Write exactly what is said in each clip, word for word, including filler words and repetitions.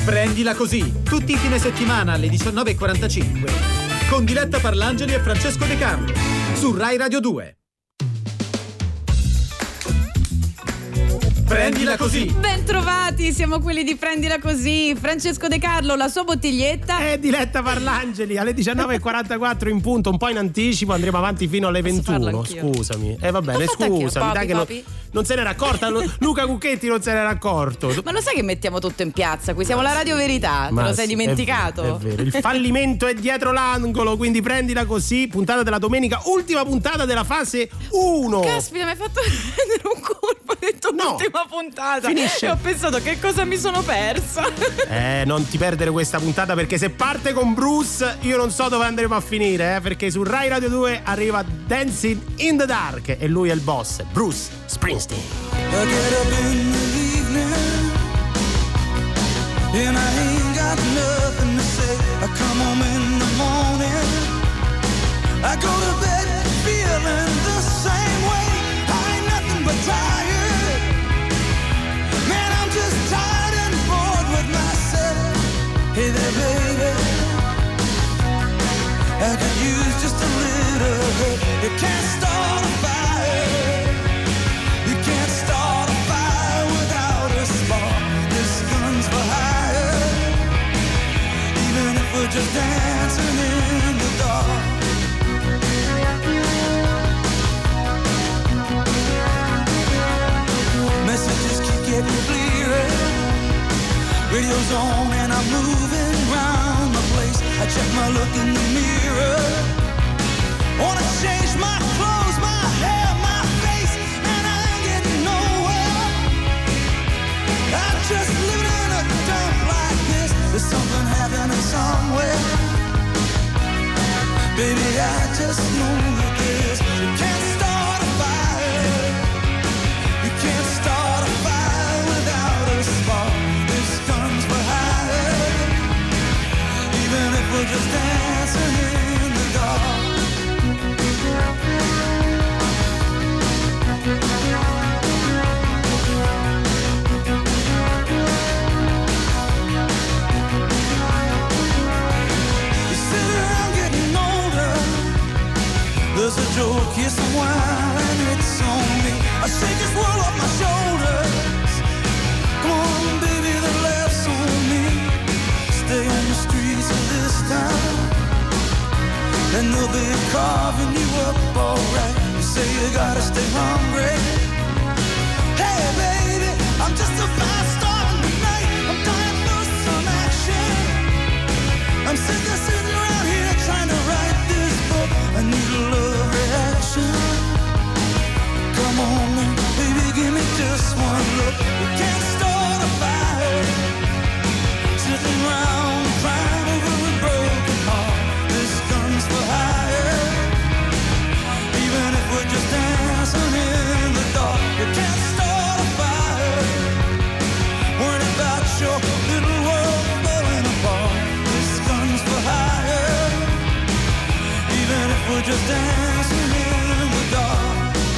Prendila così, tutti i fine settimana alle diciannove e quarantacinque, con Diletta Parlangeli e Francesco De Carlo, su Rai Radio due. Prendila così. Ben trovati, siamo quelli di Prendila così. Francesco De Carlo, la sua bottiglietta. E Diletta Parlangeli alle diciannove e quarantaquattro in punto, un po' in anticipo, andremo avanti fino alle ventuno. Scusami. E eh, va bene, scusami, dai che non, non se n'era accorta. Luca Cucchetti non se n'era accorto. Ma lo sai che mettiamo tutto in piazza? Qui siamo la Radio Verità, te Ma lo sei sì, dimenticato? È vero, è vero. Il fallimento è dietro l'angolo, quindi prendila così. Puntata della domenica, ultima puntata della fase uno. Caspita, mi hai fatto prendere un colpo, ho detto no. Ultima puntata. Finisce. E ho pensato che cosa mi sono persa. Eh, non ti perdere questa puntata, perché se parte con Bruce io non so dove andremo a finire, eh, perché su Rai Radio due arriva Dancing in the Dark e lui è il boss, Bruce Springsteen. I get up in the evening and I ain't got nothing to say. I come home in the morning, I go to bed feeling the same way. I ain't nothing but tired, man, I'm just tired and bored with myself. Hey there baby, I could use just a little help. You can't start a fire, you can't start a fire without a spark. This gun's for hire, even if we're just dancing in the dark. Messages keep getting clearer, radio's on and I'm moving around the place. I check my look in the mirror, wanna change my clothes, my hair, my face, and I ain't getting nowhere. I'm just living in a dump like this. There's something happening somewhere, baby, I just know that this. You can't start a fire, you can't start a fire without a spark. This gun's for hire, even if we're just dancing in the dark. You sit around getting older, there's a joke, here's some wine, and it's on me. I shake this world off my shoulders. Come on, baby, the laughs on me. Stay on the streets of this town, and they'll be carving you up alright. You say you gotta stay hungry. Hey, baby, I'm just a fast star tonight. I'm dying for some action. I'm sick of sitting around here trying to write this book. I need a love reaction. Come on now, baby, give me just one look. You can't start a fire sitting around crying over a broken heart. This gun's for hire, even if we're just dancing in the dark. You can't start a fire worrying about your little world falling apart. This gun's for hire, even if we're just dancing in the dark.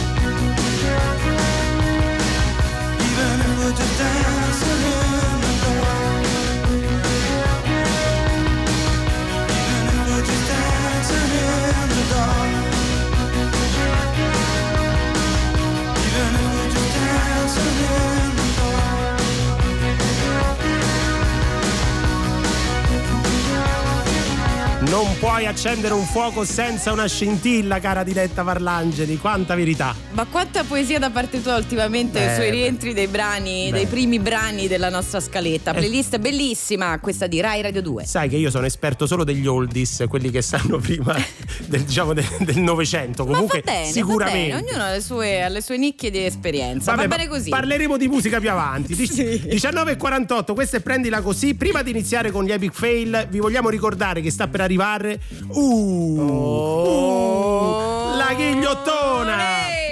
Even if we're just dancing in the dark. Even if we're just dancing in the dark. Even if we're just dancing in the dark. Non puoi accendere un fuoco senza una scintilla, cara Diletta Parlangeli. Quanta verità. Ma quanta poesia da parte tua ultimamente Beh, sui rientri dei brani, beh. dei primi brani della nostra scaletta. Playlist bellissima, questa di Rai Radio due. Sai che io sono esperto solo degli oldies, quelli che stanno prima del, diciamo, del Novecento. Comunque, Ma va bene, sicuramente. va bene. Ognuno ha le sue, ha le sue nicchie di esperienza. Vabbè, va bene così. Parleremo di musica più avanti. Sì. diciannove e quarantotto, questa è Prendila così. Prima di iniziare con gli epic fail, vi vogliamo ricordare che sta per arrivare uh, Oh. uh, la ghigliottona. Olè.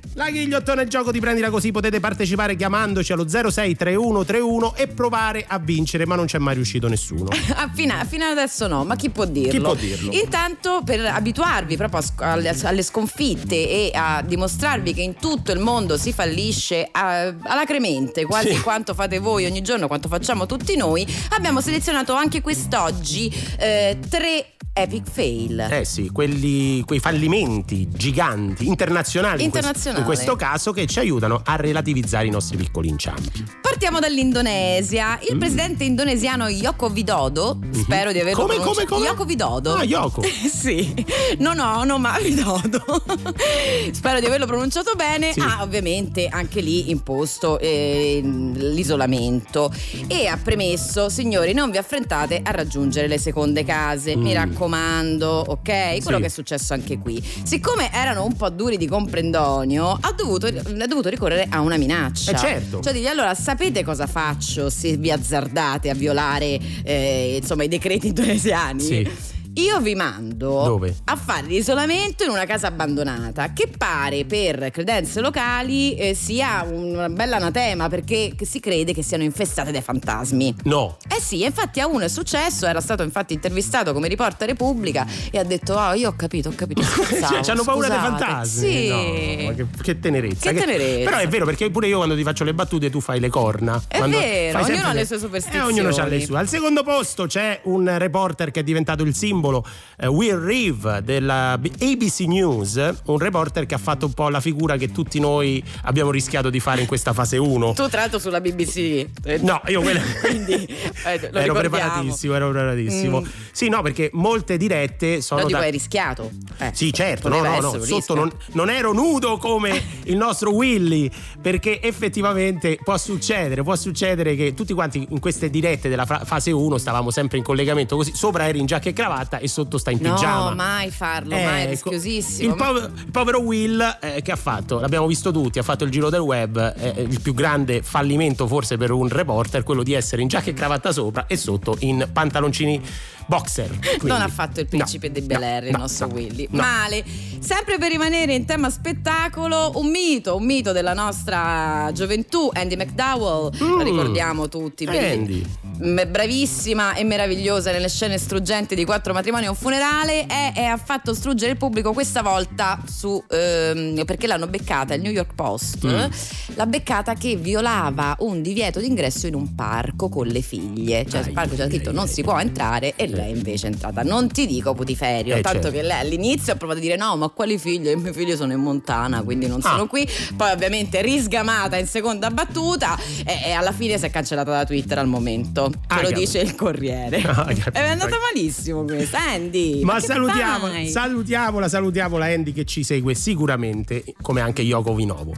La ghigliottona è il gioco di Prendila Così, potete partecipare chiamandoci allo zero sei tre uno tre uno e provare a vincere, ma non c'è mai riuscito nessuno. fino, fino adesso no, ma chi può dirlo? Chi può dirlo? Intanto, per abituarvi proprio a, alle, alle sconfitte e a dimostrarvi che in tutto il mondo si fallisce a, alacremente, quasi sì. quanto fate voi ogni giorno, quanto facciamo tutti noi, abbiamo selezionato anche quest'oggi eh, tre epic fail. Eh sì, quelli, quei fallimenti giganti, internazionali, internazionali. In, questo, in questo caso, che ci aiutano a relativizzare i nostri piccoli inciampi. Partiamo dall'Indonesia. Il mm. presidente indonesiano Joko Widodo, mm-hmm. spero di averlo come, pronunciato. Come, come? Joko Widodo. Ah, Joko. Sì, no, no, no, ma Widodo. Spero di averlo pronunciato bene. Sì. Ha ovviamente anche lì imposto eh, l'isolamento e ha premesso: signori, non vi affrettate a raggiungere le seconde case, mm. mi raccomando, ok? Quello sì. che è successo anche qui. Siccome erano un po' duri di comprendonio, ha dovuto, ha dovuto ricorrere a una minaccia. Eh certo. Cioè, digli: allora, sapete cosa faccio se vi azzardate a violare eh, insomma i decreti indonesiani? Sì. Io vi mando Dove? a fare l'isolamento in una casa abbandonata, che pare per credenze locali eh, sia un bel anatema, perché si crede che siano infestate dai fantasmi. No. Eh sì, infatti a uno è successo, era stato infatti intervistato come Reporter Repubblica e ha detto: ah, oh, io ho capito, ho capito. Cioè, c'hanno paura scusate. dei fantasmi. Sì. No, che, che tenerezza. Che tenerezza. Però è vero, perché pure io quando ti faccio le battute tu fai le corna. È quando vero, ognuno ha le sue E superstizioni. eh, ognuno ha le sue. Al secondo posto c'è un reporter che è diventato il simbolo, eh, Will Reeve della A B C News, un reporter che ha fatto un po' la figura che tutti noi abbiamo rischiato di fare in questa fase uno. Tu tra l'altro sulla B B C. No, io quella Quindi eh, lo ero ricordiamo. preparatissimo, ero preparatissimo. Mm. Sì, no, perché molte dirette sono no, dico, da... hai rischiato. Eh, sì, certo, no, no, no, sotto non, non ero nudo come il nostro Willy, perché effettivamente può succedere, può succedere che tutti quanti in queste dirette della fra- fase uno stavamo sempre in collegamento così, sopra eri in giacca e cravatta e sotto sta in pigiama. No, mai farlo, eh, mai, è ecco, rischiosissimo. Il, povero, il povero Will eh, che ha fatto, l'abbiamo visto tutti, ha fatto il giro del web, eh, il più grande fallimento forse per un reporter, quello di essere in giacca e cravatta sopra e sotto in pantaloncini boxer. Quindi, non ha fatto il principe no, di Bel Air, no, il no, nostro no, Willy. no. Male. Sempre per rimanere in tema spettacolo, un mito, un mito della nostra gioventù, Andie MacDowell, mm. la ricordiamo tutti. Andy. Bravissima e meravigliosa nelle scene struggenti di Quattro matrimoni e un funerale, e, e ha fatto struggere il pubblico questa volta su ehm, perché l'hanno beccata, il New York Post mm. l'ha beccata che violava un divieto d'ingresso in un parco con le figlie, cioè il parco c'era scritto non si può entrare e lei invece è entrata. Non ti dico putiferio, eh, tanto certo. che lei all'inizio ha provato a dire no, ma quali figlie? I miei figli sono in Montana, quindi non sono ah. qui. Poi ovviamente risgamata in seconda battuta e, e alla fine si è cancellata da Twitter al momento. Ce ah, lo capito. Dice il Corriere. Ah, è andata malissimo questa, Andy. Ma, ma salutiamo, salutiamola, salutiamola Andy che ci segue sicuramente, come anche Yoko Vinovo.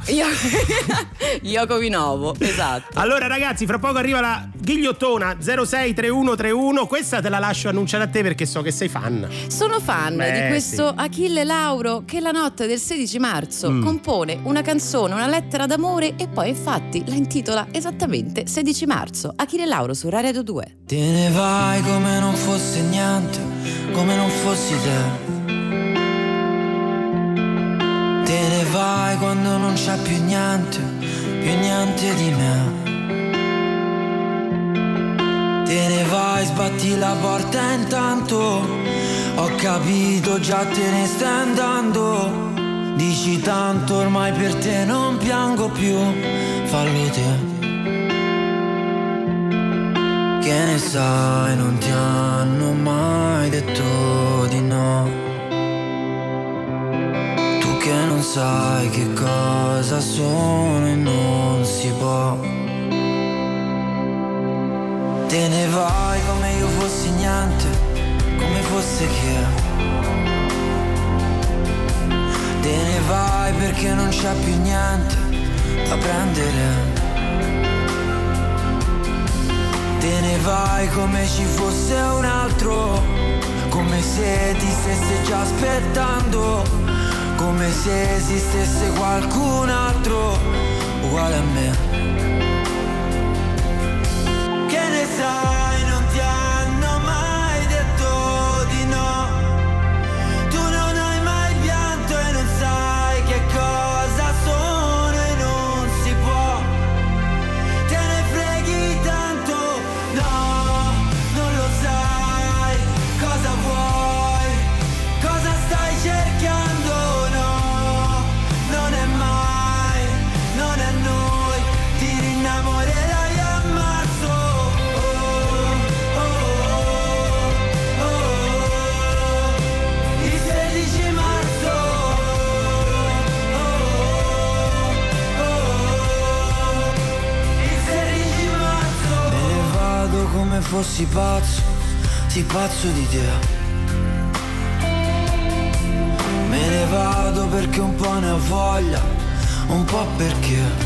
Yoko Vinovo, esatto. Allora ragazzi, fra poco arriva la ghigliottona zero sei tre uno tre uno. Questa te la lascio annunciare a te perché so che sei fan. Sono fan Beh, di questo sì. Achille Lauro che la notte del sedici marzo mm. compone una canzone, una lettera d'amore e poi infatti la intitola esattamente sedici marzo. Achille Lauro su Rai Radio due. Te ne vai come non fosse niente, come non fossi te. Te ne vai quando non c'è più niente, più niente di me. Te ne vai, sbatti la porta intanto, ho capito già te ne stai andando. Dici tanto ormai per te non piango più, fallo te. Che ne sai, non ti hanno mai detto di no. Tu che non sai che cosa sono e non si può. Te ne vai come io fossi niente, come fosse che. Te ne vai perché non c'è più niente da prendere. Te ne vai come ci fosse un altro, come se ti stesse già aspettando, come se esistesse qualcun altro uguale a me. Che ne sai, non ti hanno mai detto di no. Tu non hai mai pianto e non sai che cosa sono. fossi pazzo, sì pazzo di te. Me ne vado perché un po' ne ho voglia, un po' perché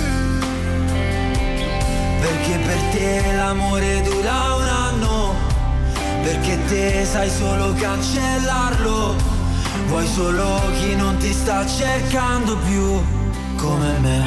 Perché per te l'amore dura un anno, perché te sai solo cancellarlo. Vuoi solo chi non ti sta cercando più come me.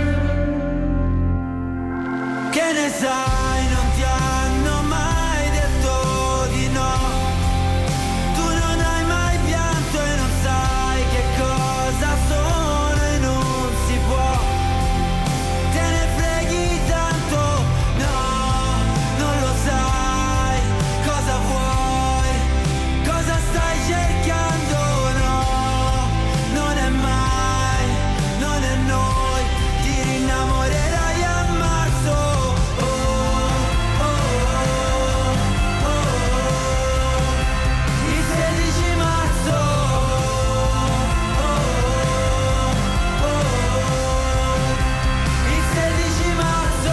Che ne sai, non ti hanno mai detto di no. Tu non hai mai pianto e non sai che cosa sono e non si può. Te ne freghi tanto, no, non lo sai. Cosa vuoi? Cosa stai cercando? No, non è mai, non è noi. Ti rinnamorerai a marzo. Oh, oh, oh, oh, oh. Il sedici marzo. Oh, oh, oh. Il sedici marzo.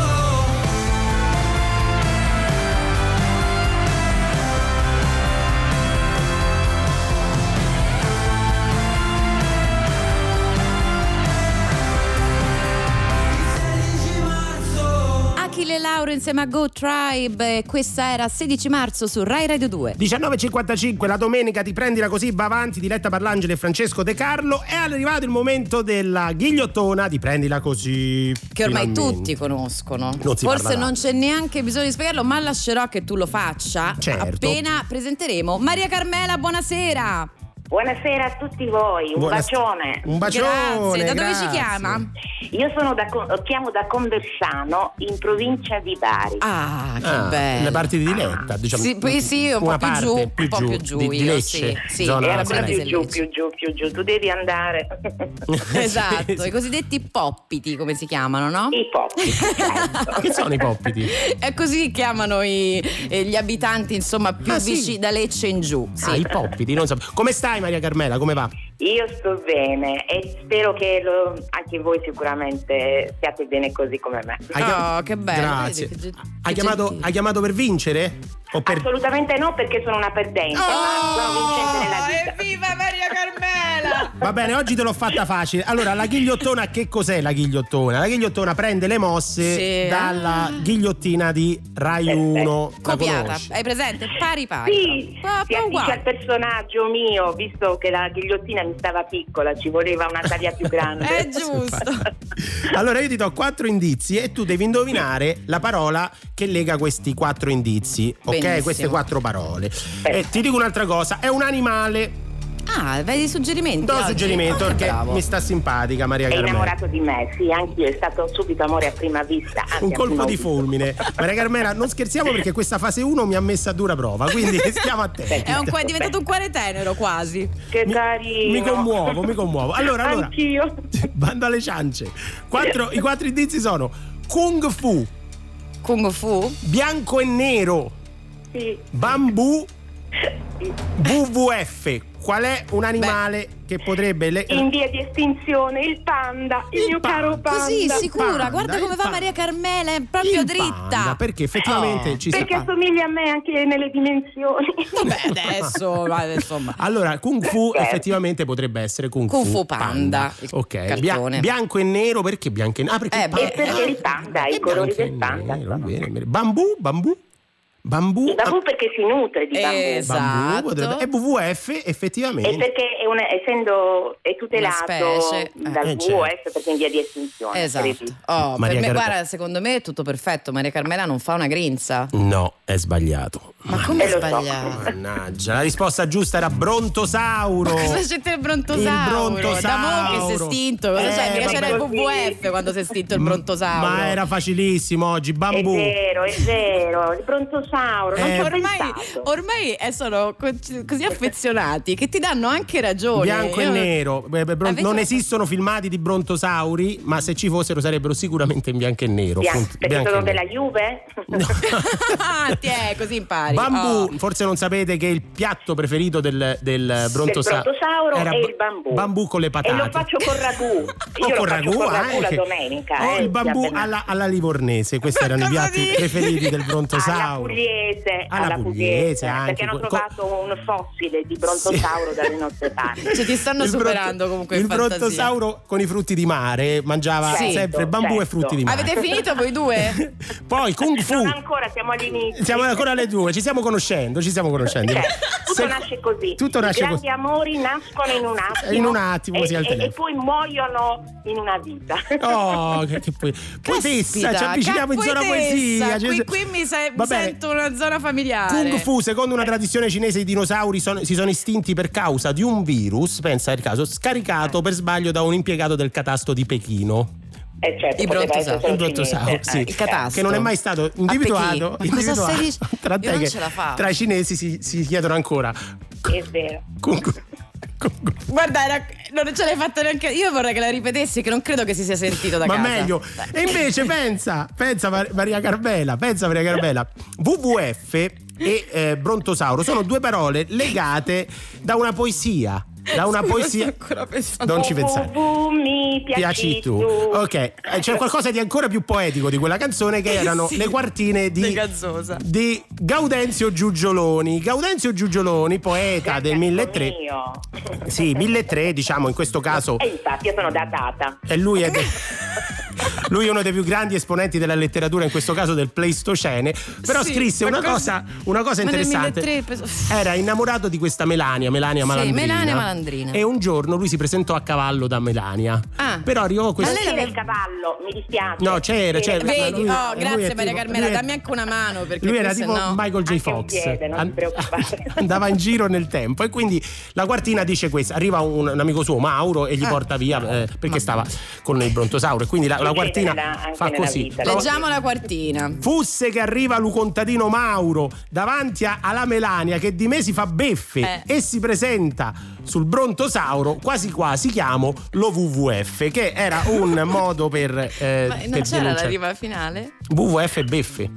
sedici marzo. Achille Lauro insieme a Go Tribe. Questa era sedici marzo su Rai Radio due. diciannove e cinquantacinque, la domenica ti prendila così, va avanti, Diletta Parlangeli e Francesco De Carlo. È arrivato il momento della ghigliottona di prendila così. Che ormai finalmente. tutti conoscono. Non si Forse parla non d'altro. c'è neanche bisogno di spiegarlo, ma lascerò che tu lo faccia Certo. appena presenteremo Maria Carmela. Buonasera. Buonasera a tutti voi, un Buonas- bacione. Un bacione. Grazie. Da dove ci grazie. chiama? Io sono da, chiamo da Conversano, in provincia di Bari. Ah, che Ah, bello. le parti di Diletta, diciamo. Sì, poi sì, un una po' più parte giù, un po' più giù di, di io, Lecce, sì, sì, zona era Era Bari più giù, Lecce. più giù, più giù, tu devi andare. Esatto, i cosiddetti poppiti, come si chiamano, no? I poppi, certo. Che sono i poppiti? E così chiamano i, eh, gli abitanti, insomma, più Ah, sì? vicini da Lecce in giù. Sì. Ah, i poppiti, non so. Come stai Maria Carmela? Come va? Io sto bene e spero che lo- anche voi sicuramente stiate bene così come me. Hai chiam- Oh, che bello. Grazie. Vedi che ge- hai, che chiamato, gentile. hai chiamato per vincere? O per... Assolutamente no, perché sono una perdente, ma sono vincente nella vita. Evviva Maria Carmela! Va bene, oggi te l'ho fatta facile. Allora, la ghigliottona, che cos'è la ghigliottona? La ghigliottona prende le mosse Sì. dalla ghigliottina di Rai uno. La Copiata, conosci? hai presente? Pari pari. Sì, proprio. si addice uguale. al personaggio mio, visto che la ghigliottina mi stava piccola, ci voleva una taglia più grande. È giusto. Allora io ti do quattro indizi e tu devi indovinare la parola che lega questi quattro indizi, ok? Benissimo. Queste quattro parole. E ti dico un'altra cosa, è un animale. Ah, vedi suggerimenti? Do oggi? suggerimento Ah, che perché bravo. mi sta simpatica Maria È Carmela. innamorato di me, sì, anch'io, è stato subito amore a prima vista. anzi, Un a colpo prima di vista. fulmine. Maria Carmela, non scherziamo perché questa fase uno mi ha messa a dura prova, quindi stiamo attenti. È, un, è diventato un cuore tenero quasi. Che Mi, carino. mi commuovo, mi commuovo. Allora, allora, Anch'io. bando alle ciance. Quattro- I quattro indizi sono Kung Fu, Kung Fu? bianco e nero, Sì. bambù, Sì. W W F. Qual è un animale che potrebbe le- In via di estinzione, il panda, il, Il mio panda. caro panda. Così, sicura. panda, Guarda come il va panda. Maria Carmela, è proprio il dritta. panda, perché effettivamente Oh. ci Perché sta. assomiglia a me anche nelle dimensioni. Vabbè, adesso, ma insomma. Allora, Kung Fu Certo. effettivamente potrebbe essere Kung, Kung Fu Panda, il Ok, Bia- cartone. bianco e nero perché bianco e nero? Ah, perché Eh, il beh, panda- E perché il panda, è i colori bianco e del panda. nero, sono- bene, bene. Bambù, bambù, bambù. Il bambù perché si nutre di bambù. Esatto. Bambù potrebbe- e W W F effettivamente. E perché è un- essendo è tutelato Una specie, eh. dal Eh, W W F certo. perché è in via di estinzione. Esatto. credi? Oh, per Maria me, Carmela- guarda, secondo me è tutto perfetto. Maria Carmela non fa una grinza. No, è sbagliato. Ma come è Eh, lo so. sbagliato? Mannaggia, la risposta giusta era Brontosauro. Cosa c'è il brontosauro? Il brontosauro. Da mo' che si è estinto. Cosa Eh, c'è? Mica c'era il vabbè. W W F quando si è estinto il brontosauro. Ma era facilissimo oggi, È bambù. vero, è vero. Il brontosauro Sauro, non Eh, ci ho Ormai, pensato. ormai eh, sono co- così affezionati che ti danno anche ragione. Bianco e Io- nero. Beh, beh, bron- Avete non una- esistono filmati di brontosauri, ma se ci fossero sarebbero sicuramente in bianco e nero. Bian- appunto, perché bianco e sono nero. della Juve? Ah, ti è, così impari. Bambù, Oh. forse non sapete che il piatto preferito del, del brontosauro, brontosauro era è il bambù. Bambù con le E patate. lo faccio con ragù. O Io con lo faccio ragù con ragù la anche. domenica. O eh, il bambù sia ben- alla, alla livornese, questi erano i Cosa piatti dici? preferiti del alla brontosauro. pugliese, Alla alla pugliese pugliese, anche, perché hanno co- trovato un fossile di brontosauro dalle nostre parti. Cioè, ti stanno Il superando bronto- comunque il in fantasia. brontosauro con i frutti di mare mangiava Sì. sempre bambù e Certo. frutti di mare. Avete finito voi due? Poi Kung Fu. Non ancora, siamo all'inizio. Siamo ancora alle due, ci stiamo conoscendo, ci stiamo conoscendo. Cioè, tutto Se- nasce così. Tutto nasce I grandi così. amori nascono in un attimo. In un attimo, e, così al e- telefono. e poi muoiono in una vita. Oh, che, che poi. Poetessa, ci avviciniamo in zona poesia. Qui, qui mi, se- Va mi bene. sento una zona familiare. Kung Fu, secondo una tradizione cinese, i dinosauri sono- si sono estinti per causa di un virus, pensa al caso, scaricato per sbaglio da un impiegato del catasto di Pechino. Eh, certo, I poteva brontosauri. essere solo Il brontosauro, cinese. sì. Eh, Il catasto. Che non è mai stato individuato. Pechino. Ma cosa individuato. stai dicendo? Tant'è Io non che ce la faccio. tra i cinesi si, si chiedono ancora. È vero. Kung- Kung- Guarda, era- non ce l'hai fatta neanche. Io vorrei che la ripetessi, che non credo che si sia sentito da Ma casa. meglio. E invece pensa, pensa Mar- Maria Carmela, pensa Maria Carmela, W W F e eh, brontosauro sono due parole legate da una poesia. Da una Scusa, poesia. sto ancora pensando. Non ci pensare. Tu mi piaci, Piaci tu. tu. Ok, eh, c'è qualcosa di ancora più poetico di quella canzone, che erano Sì. le quartine Di di, Gazzosa. di Gaudenzio Giugioloni. Gaudenzio Giugioloni, poeta del milletrecento. Mio. Sì, milletrecento, diciamo in questo caso. E infatti io sono datata. E lui è, de- lui è uno dei più grandi esponenti della letteratura, in questo caso del Pleistocene. Però Sì, scrisse ma una cosa, cosa- una cosa ma nel interessante. millettrecento Era innamorato di questa Melania, Melania Sì, Malandrina. Melania Malandrina. E un giorno lui si presentò a cavallo da Melania. Ah. Però arrivò questo. lei C'era l'aveva- il cavallo, mi dispiace. No, c'era, c'era. Sì, Ma Vedi, lui- oh, lui grazie è Maria tipo- Carmela, lui è- dammi anche una mano perché Lui era qui se tipo no- Michael J. Anche un Fox. piede, non ti preoccupare. Andava in giro nel tempo. E quindi la quartina dice questo. Arriva un, un amico suo, Mauro, e gli Ah. porta via eh, perché stava con il brontosauro. E quindi la, la Succede quartina nella- anche fa nella così. vita. Però- Leggiamo la quartina. Fusse che arriva lu contadino Mauro davanti a- alla Melania, che di me si fa beffe Eh. e si presenta sul brontosauro, quasi quasi chiamo lo W W F, che era un modo per, eh, Ma non per c'era la denunciare. riva finale? W W F e beffe.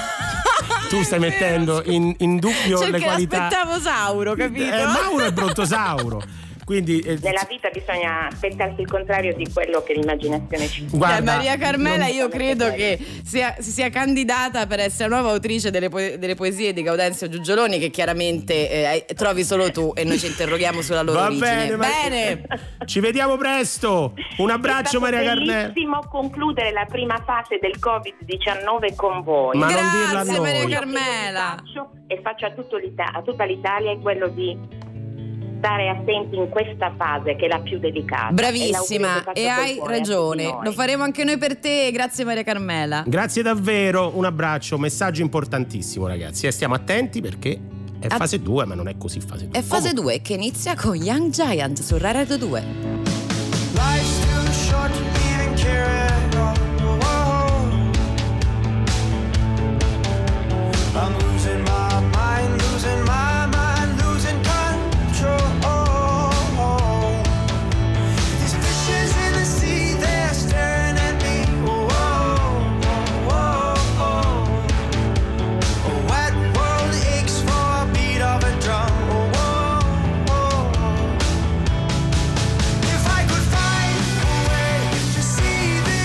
Tu stai mettendo in, in dubbio Cioè, le che qualità. aspettavo Sauro, capito? Eh, Mauro è brontosauro. Quindi eh, Nella vita bisogna aspettarsi il contrario di quello che l'immaginazione ci dice. guarda, Eh, Maria Carmela, non- io credo che sia, si sia candidata per essere nuova autrice delle, poe- delle poesie di Gaudenzio Giugioloni, che chiaramente eh, trovi solo tu, e noi ci interroghiamo sulla loro Va origine. bene, Maria- Bene. Ci vediamo presto. Un abbraccio, È stato Maria Carmela. bellissimo concludere la prima fase del covid diciannove con voi. Ma non Grazie, dirla a noi. Maria Quello che Carmela. faccio e faccio a, tutto l'Ita- a tutta l'Italia è quello di stare attenti in questa fase, che è la più delicata. È l'augurio Bravissima, che faccio e col hai cuore a tutti ragione. noi. Lo faremo anche noi per te. Grazie Maria Carmela. Grazie davvero, un abbraccio, messaggio importantissimo, ragazzi. E stiamo attenti perché è Ah. fase due, ma non è così fase due. È fase due che inizia con Young Giant su Rai Radio due. Life's too short to even care at all. I'm losing my mind, losing my mind, losing control. These fishes in the sea, they're staring at me. Oh, oh, oh, oh. A wet world aches for a beat of a drum. Oh, oh, oh. If I could find a way to see this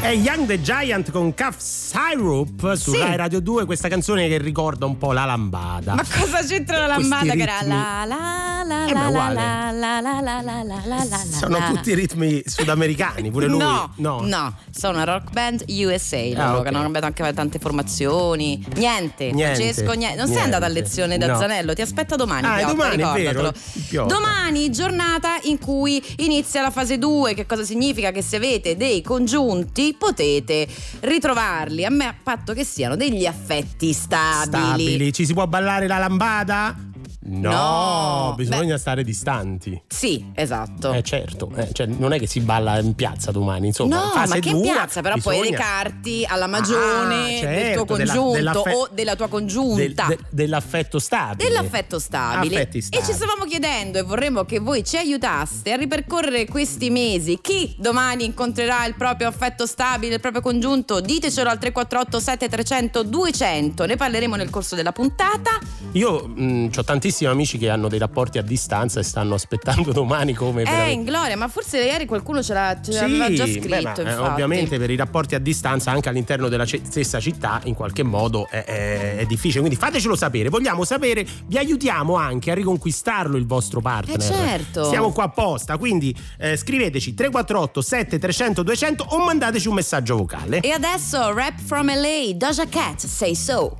È Young the Giant con Cough Syrup su sì. Rai Radio due, questa canzone che ricorda un po' la lambada. Ma cosa c'entra la lambada che era la la la la la la la la la la la la. Sono tutti ritmi sudamericani, pure lui. No, no, no, sono una rock band U S A, loro ah, okay. che hanno cambiato anche tante formazioni. Niente, niente Francesco, niente. Non niente. sei andato a lezione da no. Zanello, ti aspetta domani. Ah, Piotta, domani, è vero. Domani, giornata in cui inizia la fase due. Che cosa significa? Che se avete dei congiunti potete ritrovarli, a me a patto che siano degli affetti stabili. Stabili. Ci si può ballare la lambada? No, no, bisogna beh, stare distanti. Sì, esatto. Eh certo, eh, cioè, non è che si balla in piazza domani, insomma. No, fase ma che due, in piazza, però bisogna... puoi recarti alla magione ah, certo, del tuo congiunto della, o della tua congiunta. Del, de, dell'affetto stabile. Dell'affetto stabile. Affetti stabili. E ci stavamo chiedendo e vorremmo che voi ci aiutaste a ripercorrere questi mesi. Chi domani incontrerà il proprio affetto stabile, il proprio congiunto? Ditecelo al tre quattro otto sette tre zero zero due zero zero. Ne parleremo nel corso della puntata. Io ho tantissimi amici che hanno dei rapporti a distanza e stanno aspettando domani come eh per... in gloria, ma forse ieri qualcuno ce, l'ha, ce sì, l'aveva già scritto beh, ma, eh, ovviamente per i rapporti a distanza anche all'interno della c- stessa città in qualche modo è, è, è difficile, quindi fatecelo sapere, vogliamo sapere, vi aiutiamo anche a riconquistarlo il vostro partner. Eh certo, siamo qua apposta, quindi eh, scriveteci tre quattro otto sette tre zero zero due zero zero o mandateci un messaggio vocale. E adesso Rap from L A, Doja Cat, Say So.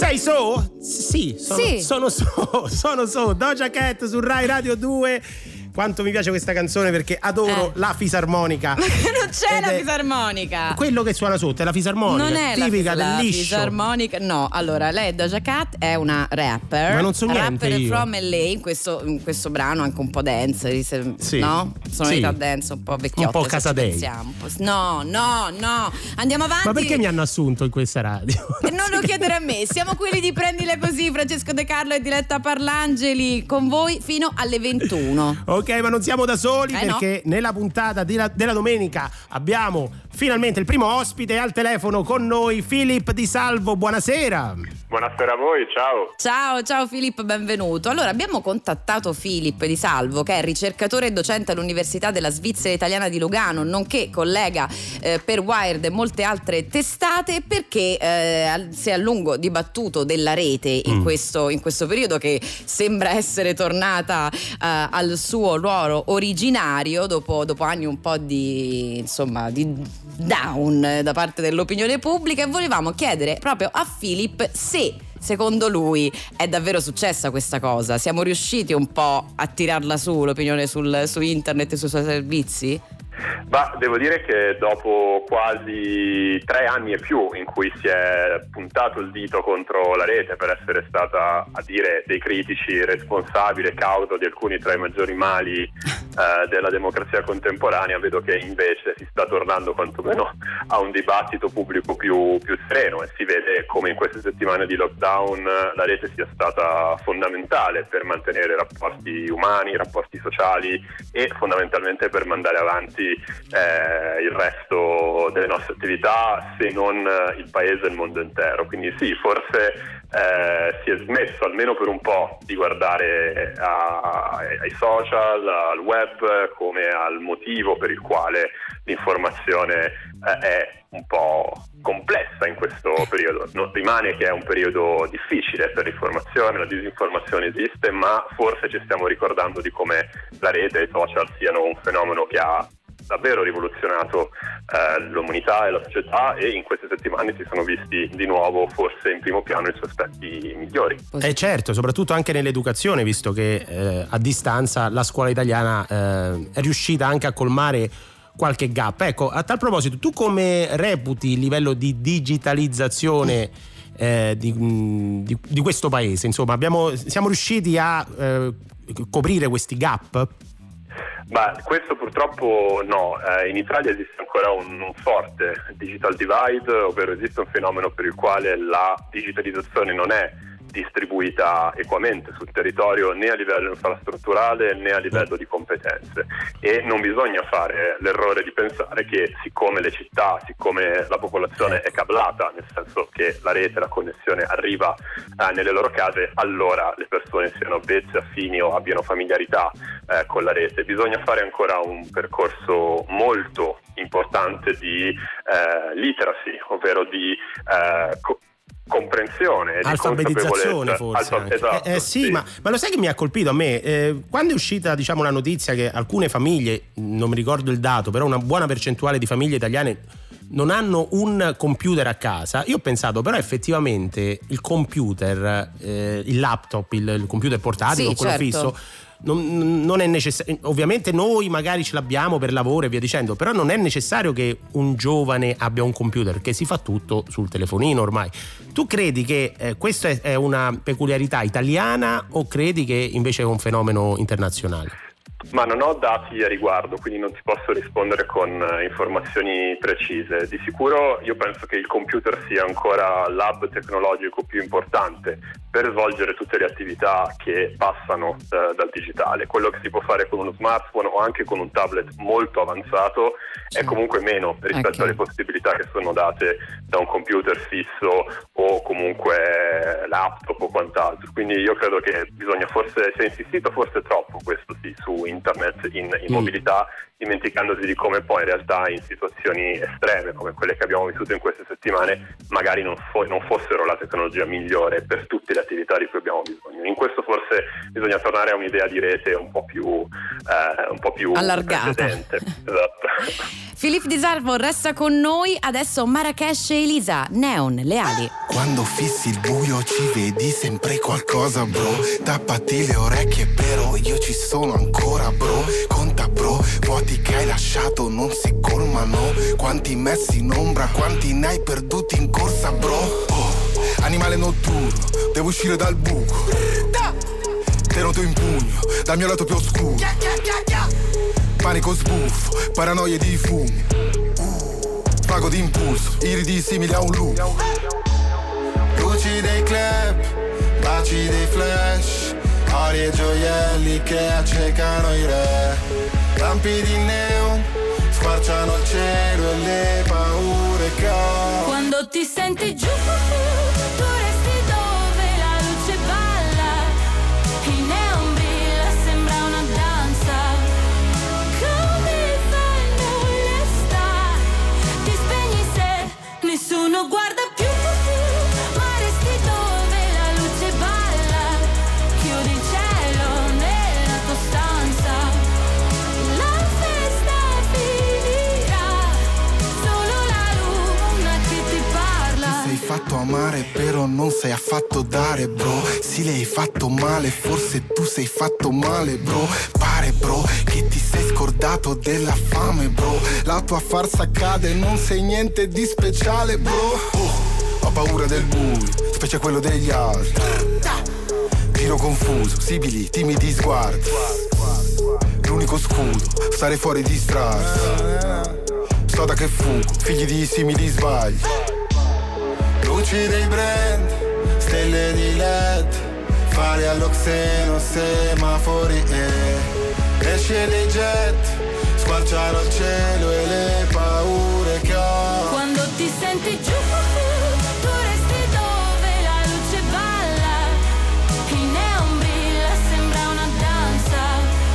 So? Sì, sono, sì. sono so, sono so, Doja Cat su Rai Radio due quanto mi piace questa canzone, perché adoro eh. la fisarmonica. Ma non c'è la fisarmonica. Quello che suona sotto è la fisarmonica. Non è tipica la, del la fisarmonica. No, allora lei è Doja Cat, è una rapper. Ma non so niente rapper io. from L A, in questo, in questo brano anche un po' dance, sì. no? Sonorità sì. dance un po' vecchiotte. Un po' Casadei. No, no, no. Andiamo avanti. Ma perché mi hanno assunto in questa radio? E non lo chiedere a me. Siamo quelli di Prendile Così, Francesco De Carlo e Diletta Parlangeli con voi fino alle ventuno. Ok, ma non siamo da soli, eh perché no. nella puntata della, della domenica abbiamo finalmente il primo ospite al telefono con noi, Filippo Di Salvo. Buonasera. Buonasera a voi, ciao. Ciao, ciao Filippo, benvenuto. Allora, abbiamo contattato Filippo Di Salvo, che è ricercatore e docente all'Università della Svizzera Italiana di Lugano, nonché collega eh, per Wired e molte altre testate, perché eh, si è a lungo dibattuto della rete in, mm. questo, in questo periodo, che sembra essere tornata eh, al suo ruolo originario dopo, dopo anni un po' di, insomma, di down da parte dell'opinione pubblica, e volevamo chiedere proprio a Filippo se secondo lui è davvero successa questa cosa. Siamo riusciti un po' a tirarla su l'opinione sul, su internet e sui suoi servizi? Ma devo dire che dopo quasi tre anni e più in cui si è puntato il dito contro la rete per essere stata, a dire dei critici, responsabile e causa di alcuni tra i maggiori mali eh, della democrazia contemporanea, vedo che invece si sta tornando quantomeno a un dibattito pubblico più, più sereno, e si vede come in queste settimane di lockdown la rete sia stata fondamentale per mantenere rapporti umani, rapporti sociali e fondamentalmente per mandare avanti Eh, il resto delle nostre attività, se non il paese e il mondo intero. Quindi sì, forse eh, si è smesso almeno per un po' di guardare a, ai social, al web, come al motivo per il quale l'informazione eh, è un po' complessa in questo periodo. Non rimane che è un periodo difficile per l'informazione, la disinformazione esiste, ma forse ci stiamo ricordando di come la rete e i social siano un fenomeno che ha davvero rivoluzionato eh, l'umanità e la società, e in queste settimane si sono visti di nuovo forse in primo piano i suoi aspetti migliori. Eh certo, soprattutto anche nell'educazione, visto che eh, a distanza la scuola italiana eh, è riuscita anche a colmare qualche gap. Ecco, a tal proposito, tu come reputi il livello di digitalizzazione eh, di, di, di questo paese? Insomma, abbiamo, siamo riusciti a eh, coprire questi gap? Ma questo purtroppo no, eh, in Italia esiste ancora un, un forte digital divide, ovvero esiste un fenomeno per il quale la digitalizzazione non è distribuita equamente sul territorio, né a livello infrastrutturale né a livello di competenze, e non bisogna fare l'errore di pensare che siccome le città, siccome la popolazione è cablata, nel senso che la rete, la connessione arriva eh, nelle loro case, allora le persone siano avvezze, affini o abbiano familiarità eh, con la rete. Bisogna fare ancora un percorso molto importante di eh, literacy, ovvero di eh, co- comprensione, alfabetizzazione forse Alfa- esatto, eh, eh, sì, sì. Ma, ma lo sai che mi ha colpito a me eh, quando è uscita, diciamo, la notizia che alcune famiglie, non mi ricordo il dato, però una buona percentuale di famiglie italiane non hanno un computer a casa. Io ho pensato, però effettivamente il computer, eh, il laptop, il, il computer portatile, sì, quello certo. fisso, Non, non è necessario. Ovviamente noi magari ce l'abbiamo per lavoro e via dicendo, però non è necessario che un giovane abbia un computer, che si fa tutto sul telefonino ormai. Tu credi che eh, questa è, è una peculiarità italiana o credi che invece è un fenomeno internazionale? Ma non ho dati a riguardo, quindi non ti posso rispondere con uh, informazioni precise. Di sicuro io penso che il computer sia ancora l'hub tecnologico più importante per svolgere tutte le attività che passano uh, dal digitale. Quello che si può fare con uno smartphone o anche con un tablet molto avanzato sì. è comunque meno rispetto okay. alle possibilità che sono date da un computer fisso o comunque laptop o quant'altro. Quindi io credo che bisogna forse, si è insistito forse troppo, questo sì, su internet in, in mm. mobilità, dimenticandosi di come poi in realtà in situazioni estreme come quelle che abbiamo vissuto in queste settimane magari non, fo- non fossero la tecnologia migliore per tutte le attività di cui abbiamo bisogno. In questo forse bisogna tornare a un'idea di rete un po' più eh, un po' più allargata. Esatto. Filippo Di Salvo resta con noi, adesso Marrakesh e Elisa, Neon, le ali. Quando fissi il buio ci vedi sempre qualcosa, bro. Tappati le orecchie, però io ci sono ancora, bro. Conta, bro, vuoti che hai lasciato non si colmano. Quanti messi in ombra, quanti ne hai perduti in corsa, bro. Oh, animale notturno, devo uscire dal buco. Te noto in pugno, dal mio lato più oscuro. Panico sbuffo, paranoie di fumi. Vago d'impulso, iridi simili a un lupo. Luci dei club, baci dei flash, ori e gioielli che accecano i re. Lampi di neon, squarciano il cielo e le paure che ho. Quando ti senti giù, tu resti dove la luce balla. Il neon brilla, sembra una danza. Come fai a non restare? Ti spegni se nessuno guarda più. Ma resti dove la luce balla. Chiudi il cielo nella tua stanza. La festa finirà. Solo la luna che ti parla. Ti sei fatto amare però non sei affatto dare, bro. Sì, le hai fatto male, forse tu sei fatto male, bro. Pare, bro, che ti sei scordato della fame, bro. La tua farsa cade, non sei niente di speciale, bro. Oh, ho paura del buio, specie quello degli altri. Giro confuso, sibili, timidi sguardi. L'unico scudo, stare fuori di strada. So da che fugo, figli di simili sbagli. Luci dei brand, stelle di led, fari all'oxeno, semafori e esce dei jet, squarciano il cielo e le paure che ho. Quando ti senti giù, tu resti dove la luce balla. Il neon brilla, sembra una danza.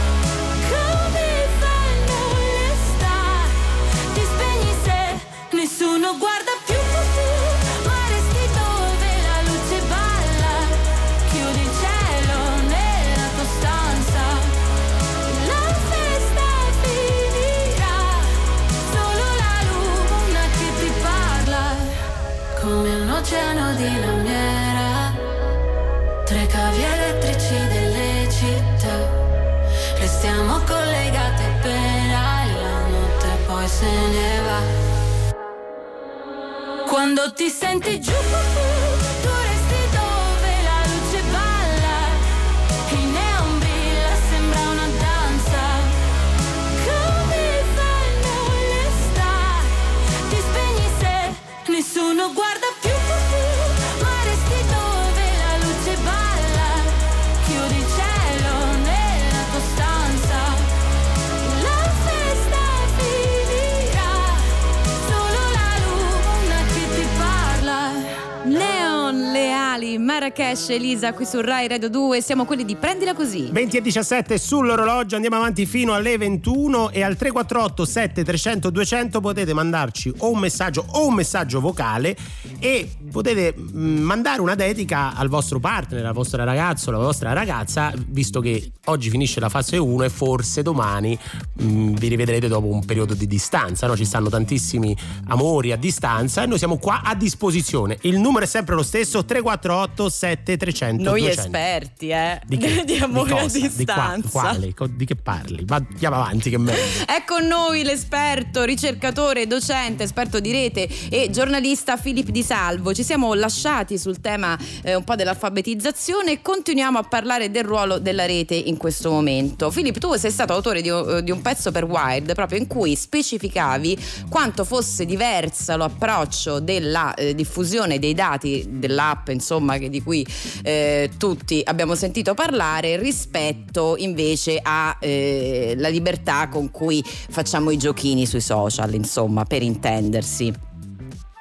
Come fai a non restare? Ti spegni se nessuno guarda più. Ma resti dove la luce balla. Chiudi il cielo nella tua stanza. La festa finirà. Solo la luna che ti parla. Come un oceano di lamiera. Tre cavi elettrici delle città. Restiamo collegate appena la notte poi se ne va. Quando ti senti giù, tu resti dove la luce balla. Il neon brilla, sembra una danza. Come fai a non restare? Ti spegni se nessuno guarda più. Ma resti dove la luce balla. Chiudi il cielo nella tua stanza. La festa finirà. Solo la luna che ti parla. Neon, le ali, Marrakesh, Elisa qui su Rai Radio due, siamo quelli di Prendila Così. venti e diciassette sull'orologio, andiamo avanti fino alle ventuno e al tre quattro otto sette trecento duecento potete mandarci o un messaggio o un messaggio vocale e potete mh, mandare una dedica al vostro partner, al vostro ragazzo, alla vostra ragazza, visto che oggi finisce la fase uno e forse domani mh, vi rivedrete dopo un periodo di distanza, no? Ci stanno tantissimi amori a distanza e noi siamo qua a disposizione. Il numero è sempre lo stesso, tre quattro otto sette trecento Noi duecento. esperti, eh, Di, che, di amore di a cosa? distanza. Di qua, quale? Di che parli? Va, andiamo avanti che è meglio. È con noi l'esperto, ricercatore, docente, esperto di rete e giornalista Filippo Di Salvo. Ci siamo lasciati sul tema eh, un po' dell'alfabetizzazione e continuiamo a parlare del ruolo della rete in questo momento. Filippo, tu sei stato autore di, di un pezzo per Wired proprio in cui specificavi quanto fosse diversa l'approccio della eh, diffusione dei dati dell'app, insomma, che di cui eh, tutti abbiamo sentito parlare, rispetto invece a eh, la libertà con cui facciamo i giochini sui social, insomma, per intendersi.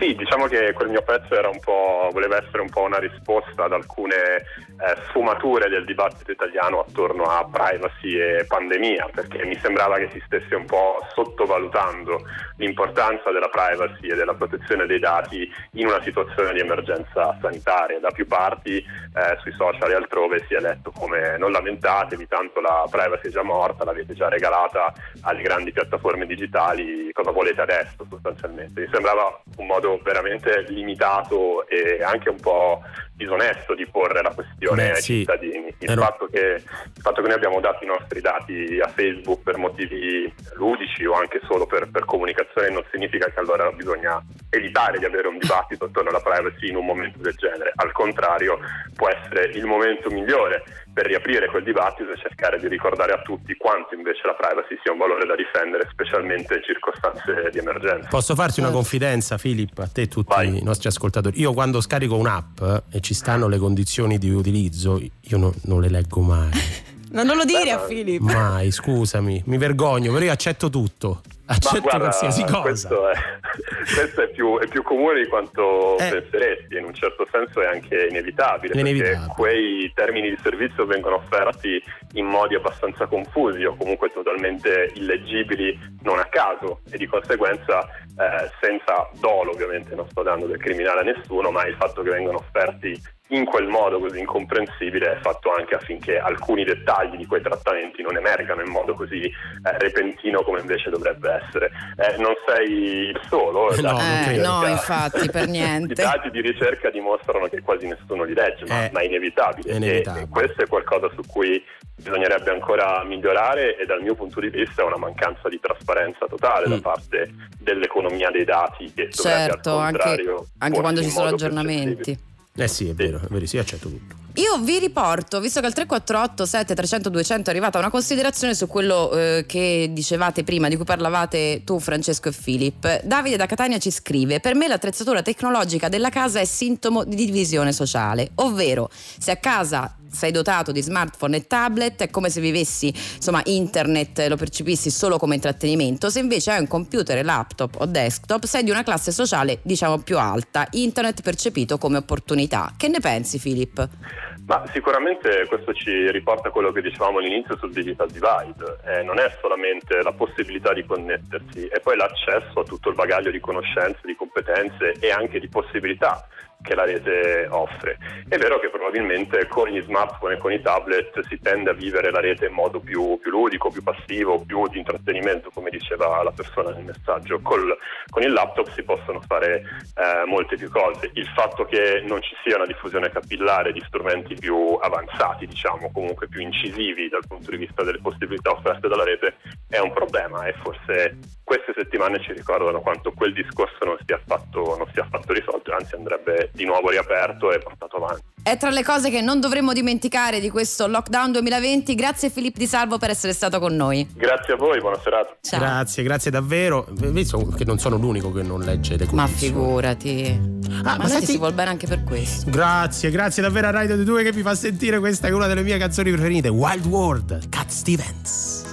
Sì, diciamo che quel mio pezzo era un po', voleva essere un po' una risposta ad alcune eh, sfumature del dibattito italiano attorno a privacy e pandemia, perché mi sembrava che si stesse un po' sottovalutando l'importanza della privacy e della protezione dei dati in una situazione di emergenza sanitaria. Da più parti eh, sui social e altrove si è letto come non lamentatevi, tanto la privacy è già morta, l'avete già regalata alle grandi piattaforme digitali, cosa volete adesso sostanzialmente. Mi sembrava un modo veramente limitato e anche un po' disonesto di porre la questione Beh, ai sì. cittadini. Il, Ero... fatto che, il fatto che noi abbiamo dato i nostri dati a Facebook per motivi ludici o anche solo per, per comunicazione non significa che allora bisogna evitare di avere un dibattito attorno alla privacy in un momento del genere. Al contrario, può essere il momento migliore per riaprire quel dibattito e cercare di ricordare a tutti quanto invece la privacy sia un valore da difendere, specialmente in circostanze di emergenza. Posso farti una confidenza, Filippo, a te e tutti Vai. i nostri ascoltatori? Io quando scarico un'app e ci stanno le condizioni di utilizzo, io no, non le leggo mai. No, non lo dire Beh, a Filippo. Mai, scusami, mi vergogno, però io accetto tutto. Accetto guarda, qualsiasi cosa. Questo è, questo è, più, è più comune di quanto eh. penseresti, in un certo senso è anche inevitabile, inevitabile, perché quei termini di servizio vengono offerti in modi abbastanza confusi o comunque totalmente illeggibili non a caso, e di conseguenza eh, senza dolo, ovviamente non sto dando del criminale a nessuno, ma il fatto che vengono offerti in quel modo così incomprensibile è fatto anche affinché alcuni dettagli di quei trattamenti non emergano in modo così eh, repentino come invece dovrebbe essere. Eh, non sei il solo. No, eh, no infatti, per niente. I dati di ricerca dimostrano che quasi nessuno li legge, ma, eh, ma è inevitabile. È inevitabile. E, e questo è qualcosa su cui bisognerebbe ancora migliorare, e dal mio punto di vista è una mancanza di trasparenza totale mm. da parte dell'economia dei dati, che certo, dovrebbe al contrario anche, anche quando ci sono aggiornamenti. Eh sì, è vero, è vero, sì, accetto tutto. Io vi riporto, visto che al tre quattro otto sette trecento duecento è arrivata una considerazione su quello eh, che dicevate prima, di cui parlavate tu, Francesco e Filippo. Davide da Catania ci scrive: per me l'attrezzatura tecnologica della casa è sintomo di divisione sociale, ovvero se a casa sei dotato di smartphone e tablet è come se vivessi, insomma, internet lo percepissi solo come intrattenimento. Se invece hai un computer, laptop o desktop sei di una classe sociale diciamo più alta, internet percepito come opportunità. Che ne pensi, Filippo? Ma sicuramente questo ci riporta a quello che dicevamo all'inizio sul digital divide. Eh, non è solamente la possibilità di connettersi, è poi l'accesso a tutto il bagaglio di conoscenze, di competenze e anche di possibilità che la rete offre. È vero che probabilmente con gli smartphone e con i tablet si tende a vivere la rete in modo più, più ludico, più passivo, più di intrattenimento, come diceva la persona nel messaggio. Col, con il laptop si possono fare eh, molte più cose. Il fatto che non ci sia una diffusione capillare di strumenti più avanzati, diciamo, comunque più incisivi dal punto di vista delle possibilità offerte dalla rete, è un problema, e forse queste settimane ci ricordano quanto quel discorso non sia affatto, non sia affatto risolto, anzi andrebbe di nuovo riaperto e portato avanti. È tra le cose che non dovremmo dimenticare di questo lockdown duemilaventi. Grazie Filippo Di Salvo per essere stato con noi. Grazie a voi, buona serata. Ciao. Grazie, grazie davvero. Visto che non sono l'unico che non legge le condizioni. Ma figurati. Ah, ma ma senti... ti si vuol bene anche per questo. Grazie, grazie davvero a Radio due che mi fa sentire questa che è una delle mie canzoni preferite, Wild World, Cat Stevens.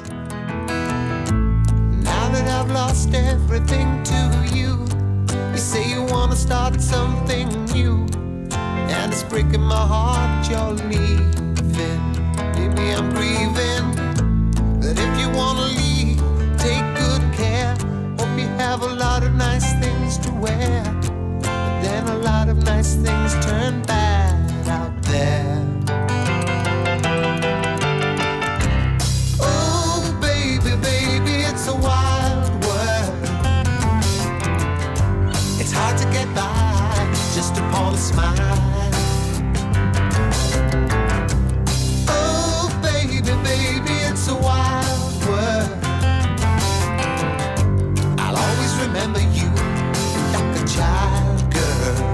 Now that I've lost everything to you, you say you wanna start something new, and it's breaking my heart you're leaving. Maybe I'm grieving, but if you wanna leave, take good care. Hope you have a lot of nice things to wear, but then a lot of nice things turn bad out there. Oh baby, baby, it's a wild world. It's hard to get by just upon a smile. Oh baby, baby, it's a wild world. I'll always remember you like a child, girl.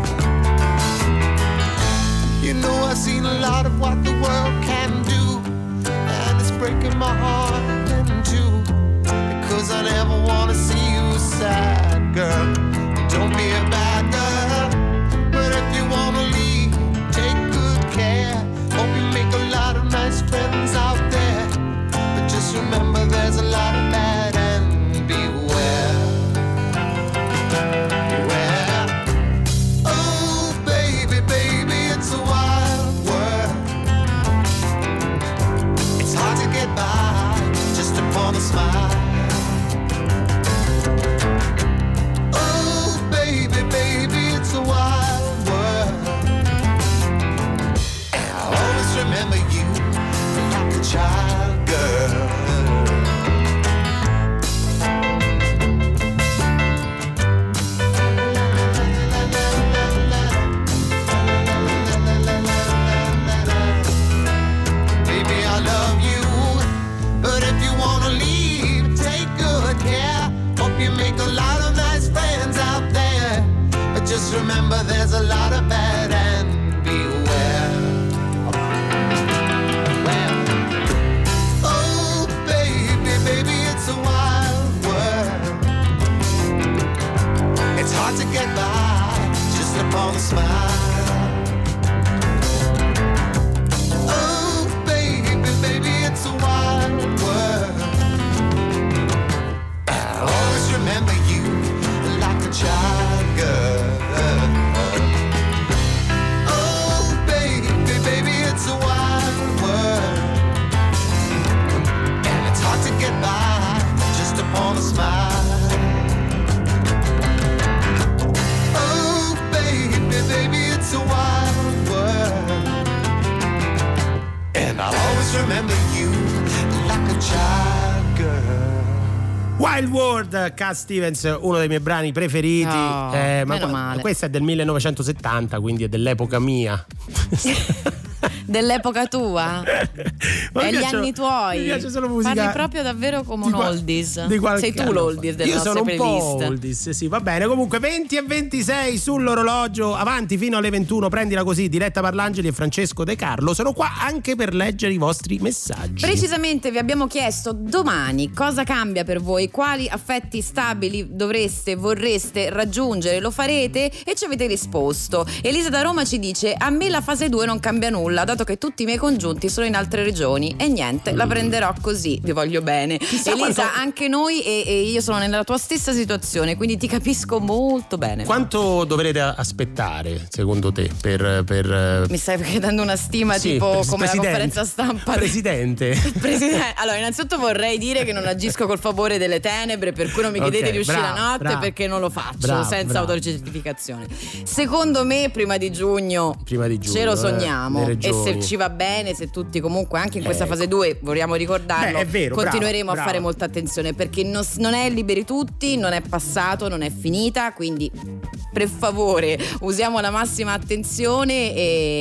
You know I've seen a lot of what the world can do, and it's breaking my heart in two, because I never want to see you sad, girl. Don't be a bad girl, but if you want to leave, take good care. Hope you make a lot of nice friends out there, but just remember there's a lot of bad, and beware, beware. always remember you like a child girl. Wild World, Cat Stevens, uno dei miei brani preferiti. Oh, eh, ma meno male. Questo è del millenovecentosettanta, quindi è dell'epoca mia. Dell'epoca tua? E gli anni tuoi? Mi piace solo musica. Parli proprio davvero come un qual- oldies. Sei tu l'oldies delle Io nostre sono un playlist. po' oldies, sì, va bene. Comunque venti e ventisei sull'orologio, avanti fino alle ventuno. Prendila così, Diletta Parlangeli e Francesco De Carlo sono qua anche per leggere i vostri messaggi. Precisamente vi abbiamo chiesto domani cosa cambia per voi, quali affetti stabili dovreste, vorreste raggiungere, lo farete? E ci avete risposto. Elisa da Roma ci dice: a me la fase due non cambia nulla, dato che tutti i miei congiunti sono in altre regioni e niente, la prenderò così, vi voglio bene. Chissà Elisa, quanto... anche noi e, e io sono nella tua stessa situazione, quindi ti capisco molto bene. Quanto dovrete aspettare secondo te per... per... Mi stai chiedendo una stima sì, tipo pres- come la presidente. conferenza stampa? Presidente. Presidente. Allora, innanzitutto vorrei dire che non agisco col favore delle tenebre, per cui non mi chiedete Ok, di uscire bravo, la notte, bravo, perché non lo faccio bravo, senza bravo. autocertificazione. Secondo me prima di giugno, Prima di giugno, ce lo eh, sogniamo le e se regioni. ci va bene, se tutti comunque anche in questa Ecco. fase due vogliamo ricordarlo, Beh, è vero, continueremo bravo, a bravo. fare molta attenzione, perché non, non è liberi tutti, non è passato, non è finita, quindi per favore usiamo la massima attenzione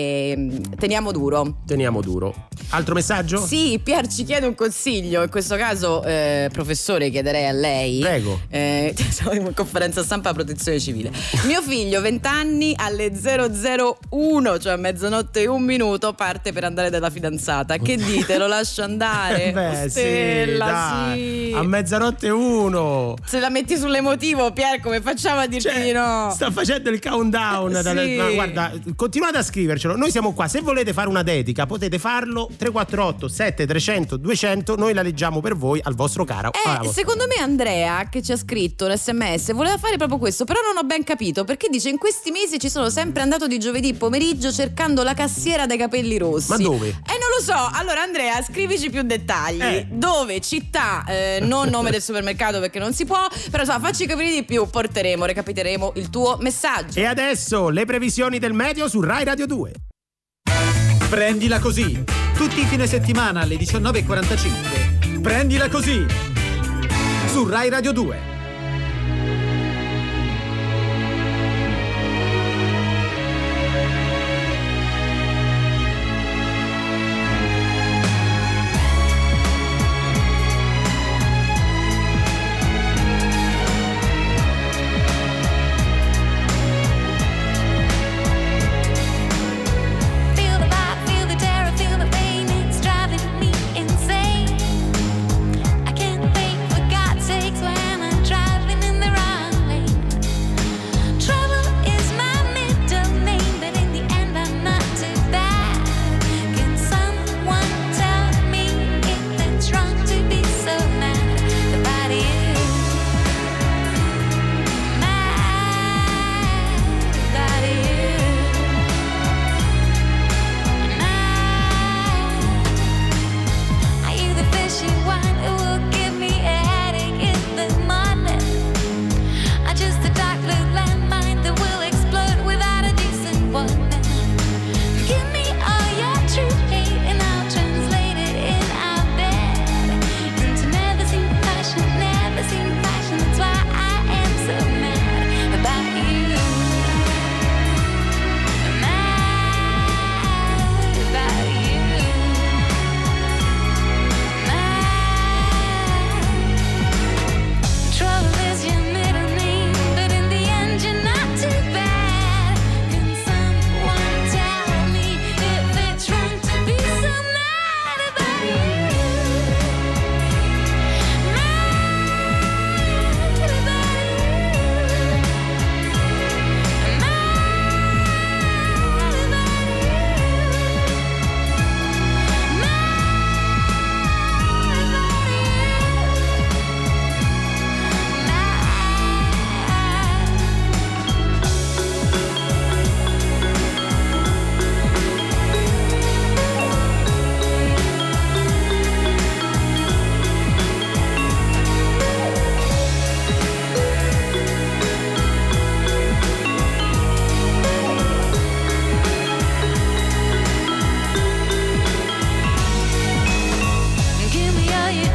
e teniamo duro. Teniamo duro. Altro messaggio? Sì, Pier ci chiede un consiglio, in questo caso eh, professore chiederei a lei. Prego. Eh, siamo in conferenza stampa protezione civile. Mio figlio venti anni alle zero zero uno, cioè a mezzanotte e un minuto, parte per andare dalla fidanzata. Che dite, lo lascio andare? Beh, Stella, sì, dai. sì. A mezzanotte uno. Se la metti sull'emotivo, Pier, come facciamo a dirti Cioè, di no? sta facendo il countdown. Sì. dalle- ma guarda, continuate a scrivercelo. Noi siamo qua. Se volete fare una dedica, potete farlo. tre quattro otto sette trecento duecento. Noi la leggiamo per voi al vostro caro. alla Eh, vostra- secondo me Andrea, che ci ha scritto un sms, voleva fare proprio questo, però non ho ben capito, perché dice: in questi mesi ci sono sempre andato di giovedì pomeriggio cercando la cassiera dai capelli rossi. Ma dove? Eh, non lo so. Allora Andrea, scrivici più dettagli. Eh. Dove, città, eh, non nome del supermercato perché non si può, però so, facci capire di più, porteremo, recapiteremo il tuo messaggio. E adesso le previsioni del meteo su Rai Radio due. Prendila così. Tutti i fine settimana alle diciannove e quarantacinque. Prendila così. Su Rai Radio due. Feel the vibe, feel the terror, feel the pain, it's driving me insane. I can't think for God's sakes when I'm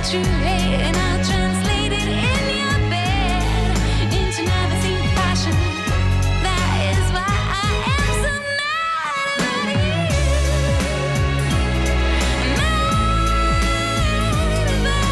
what you hate, and I'll translate it in your bed into never seen passion. That is why I am so mad about you. Mad about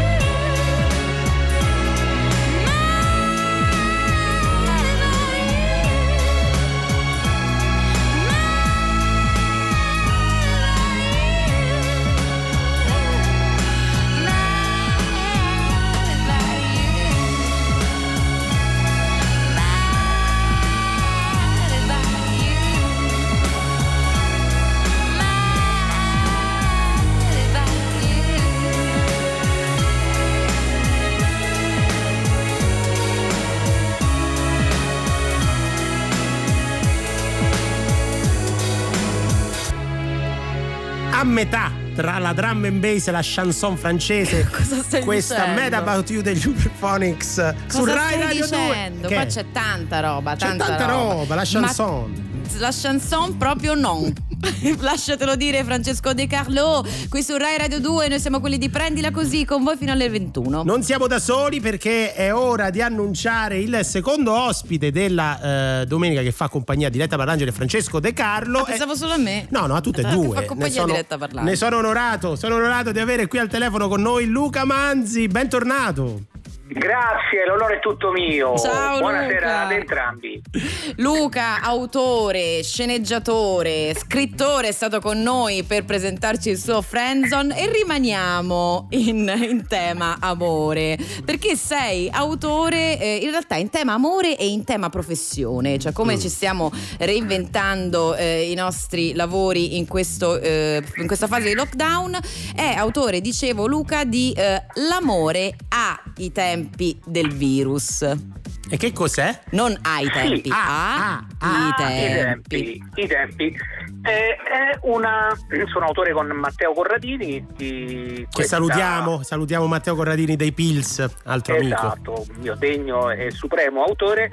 A metà tra la drum and bass e la chanson francese. Cosa stai questa dicendo? Mad About You degli Superphonics su Cosa Rai stai Radio dicendo? due. Qua Che? c'è tanta roba, C'è tanta, tanta roba, la chanson. Ma la chanson proprio non. Lasciatelo dire Francesco De Carlo. Qui su Rai Radio due noi siamo quelli di Prendila Così, con voi fino alle ventuno. Non siamo da soli, perché è ora di annunciare il secondo ospite della eh, domenica che fa compagnia a Diletta Parlangeli e Francesco De Carlo. Ah, pensavo solo a me. No, no, a tutte e Che due. fa compagnia Ne sono, a Diletta Parlangeli. ne sono onorato, sono onorato di avere qui al telefono con noi Luca Manzi. Bentornato. Grazie, l'onore è tutto mio. Ciao, buonasera Luca. ad entrambi. Luca, autore, sceneggiatore, scrittore, è stato con noi per presentarci il suo Friendzone, e rimaniamo in, in tema amore, perché sei autore eh, in realtà in tema amore e in tema professione, cioè come mm. ci stiamo reinventando eh, i nostri lavori in, questo, eh, in questa fase di lockdown. È autore, dicevo Luca, di eh, L'amore ha i tempi del virus. E che cos'è? Non ai tempi, Sì. ah, Ah, i ah, tempi. I tempi. I tempi. Eh, è una, sono autore con Matteo Corradini di Che questa... salutiamo, salutiamo Matteo Corradini dei Pills, altro esatto, amico. mio degno e supremo autore,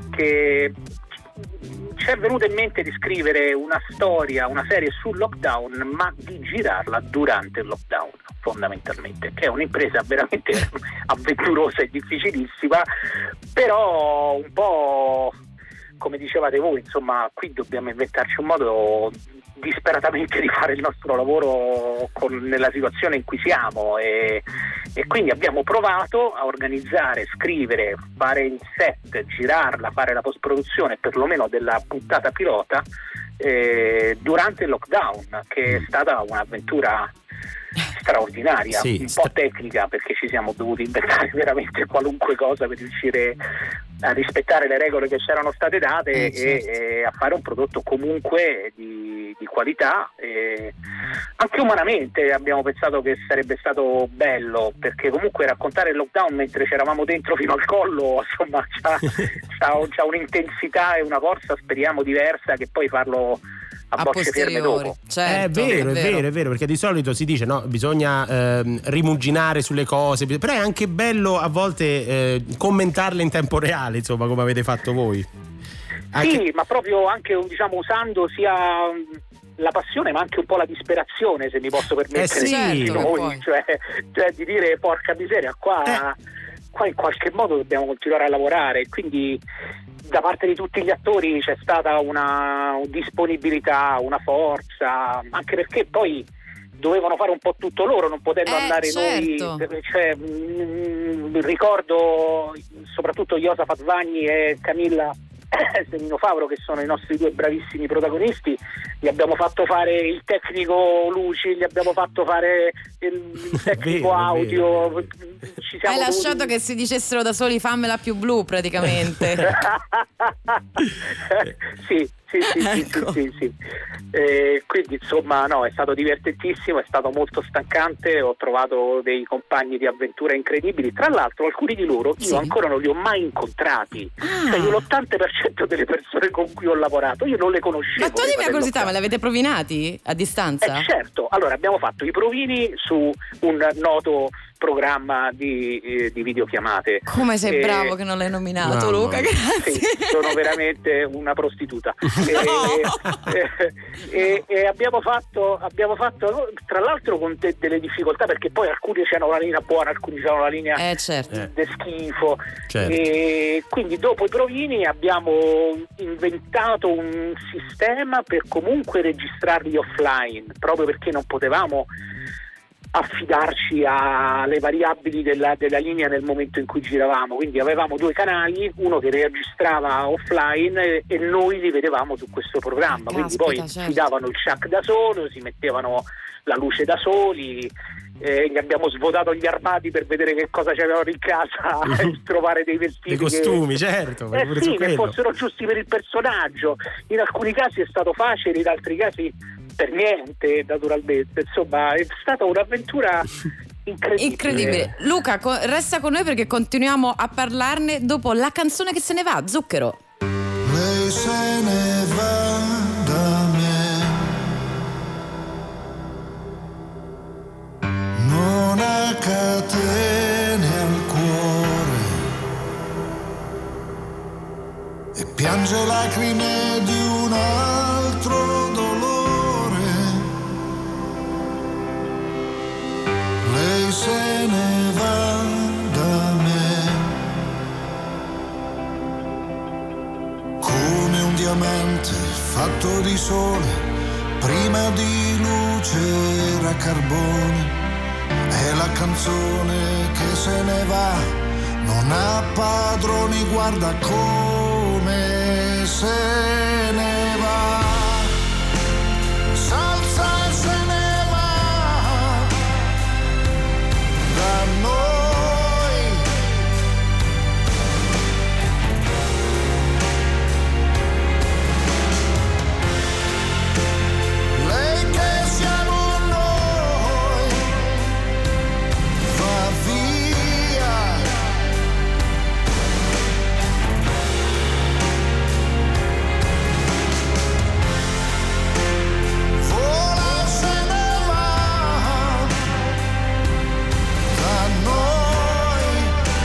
che ci è venuto in mente di scrivere una storia, una serie sul lockdown, ma di girarla durante il lockdown, fondamentalmente, che è un'impresa veramente avventurosa e difficilissima, però un po' come dicevate voi, insomma, qui dobbiamo inventarci un modo disperatamente di fare il nostro lavoro con, nella situazione in cui siamo, e, e quindi abbiamo provato a organizzare, scrivere, fare il set, girarla, fare la post-produzione perlomeno della puntata pilota eh, durante il lockdown, che è stata un'avventura straordinaria, Sì, un sta- po' tecnica, perché ci siamo dovuti inventare veramente qualunque cosa per riuscire a rispettare le regole che c'erano state date Eh, e, certo. e a fare un prodotto comunque di, di qualità. E anche umanamente abbiamo pensato che sarebbe stato bello, perché comunque raccontare il lockdown mentre c'eravamo dentro fino al collo, insomma, c'ha, c'ha, c'ha un'intensità e una forza, speriamo, diversa, che poi farlo a, A bocce ferme posteriori, dopo. certo, è vero, è vero, è vero, perché di solito si dice no, bisogna ehm, rimuginare sulle cose, però è anche bello a volte eh, commentarle in tempo reale, insomma, come avete fatto voi. Anche... Sì, ma proprio anche, diciamo, usando sia la passione ma anche un po' la disperazione, se mi posso permettere, Eh sì, di certo, noi, poi. cioè, cioè di dire porca miseria, qua, Eh. qua in qualche modo dobbiamo continuare a lavorare, quindi da parte di tutti gli attori c'è stata una disponibilità, una forza, anche perché poi dovevano fare un po' tutto loro, non potendo Eh, andare certo. noi, cioè, mh, ricordo soprattutto Josafat Vagni e Camilla Semino Favro, che sono i nostri due bravissimi protagonisti. Gli abbiamo fatto fare il tecnico luci, gli abbiamo fatto fare il tecnico Vero, audio. vero. Ci siamo Hai lasciato dovuti- che si dicessero da soli fammela più blu praticamente. sì, sì, sì, sì, Ecco. sì, sì, sì. Eh, quindi insomma no, è stato divertentissimo, è stato molto stancante, ho trovato dei compagni di avventura incredibili, tra l'altro alcuni di loro io Sì. ancora non li ho mai incontrati, Ah. cioè io l'ottanta per cento delle persone con cui ho lavorato io non le conoscevo. Ma toglimi prima la del curiosità, ma lockdown. li avete provinati a distanza? Eh certo, allora abbiamo fatto i provini su un noto programma di, eh, di videochiamate. Come sei e, bravo che non l'hai nominato, no, Luca, no. grazie. Sì, sono veramente una prostituta. e, e, e, e abbiamo fatto, abbiamo fatto tra l'altro con te delle difficoltà, perché poi alcuni c'hanno la linea buona, alcuni c'hanno la linea eh, certo. de schifo, Certo. e quindi dopo i provini abbiamo inventato un sistema per comunque registrarli offline, proprio perché non potevamo affidarci alle variabili della, della linea nel momento in cui giravamo. Quindi avevamo due canali, uno che registrava offline e, e noi li vedevamo su questo programma. Caspita, Quindi poi certo. si davano il chuck da solo, si mettevano la luce da soli, eh, gli abbiamo svuotato gli armadi per vedere che cosa c'avevano in casa e trovare dei vestiti, I costumi, che, certo, vai eh pure sì, su che quello. fossero giusti per il personaggio. In alcuni casi è stato facile, in altri casi per niente, naturalmente. Insomma, è stata un'avventura incredibile. Incredibile. Luca, co- resta con noi perché continuiamo a parlarne dopo la canzone che se ne va, Zucchero. Lei se ne va da me, non ha catene al cuore e piange lacrime di un altro dolore. Lei se ne va da me come un diamante fatto di sole, prima di luce era carbone. È la canzone che se ne va, non ha padroni, guarda come se ne va. S'alza e se ne va da noi. Lei che siamo noi va via. Vola, se ne va da noi.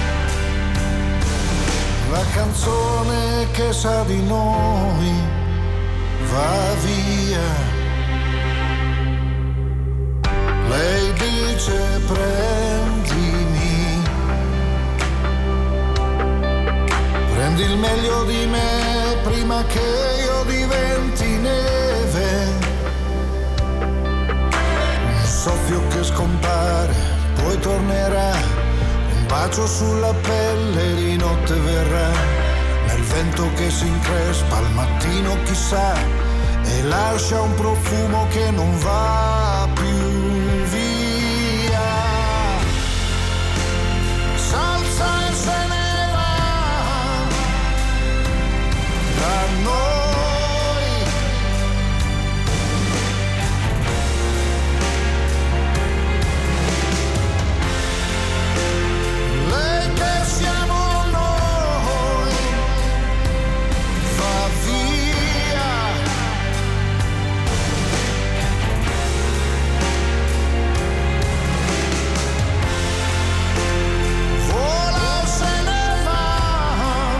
La canzone che sa di noi va via. Lei dice prendimi, prendi il meglio di me prima che io diventi neve. Un soffio che scompare, poi tornerà, un bacio sulla pelle di notte verrà, nel vento che si increspa al mattino chissà, e lascia un profumo che non va più via. S'alza e se ne va da noi. Lei che siamo noi va via. Vola, se ne va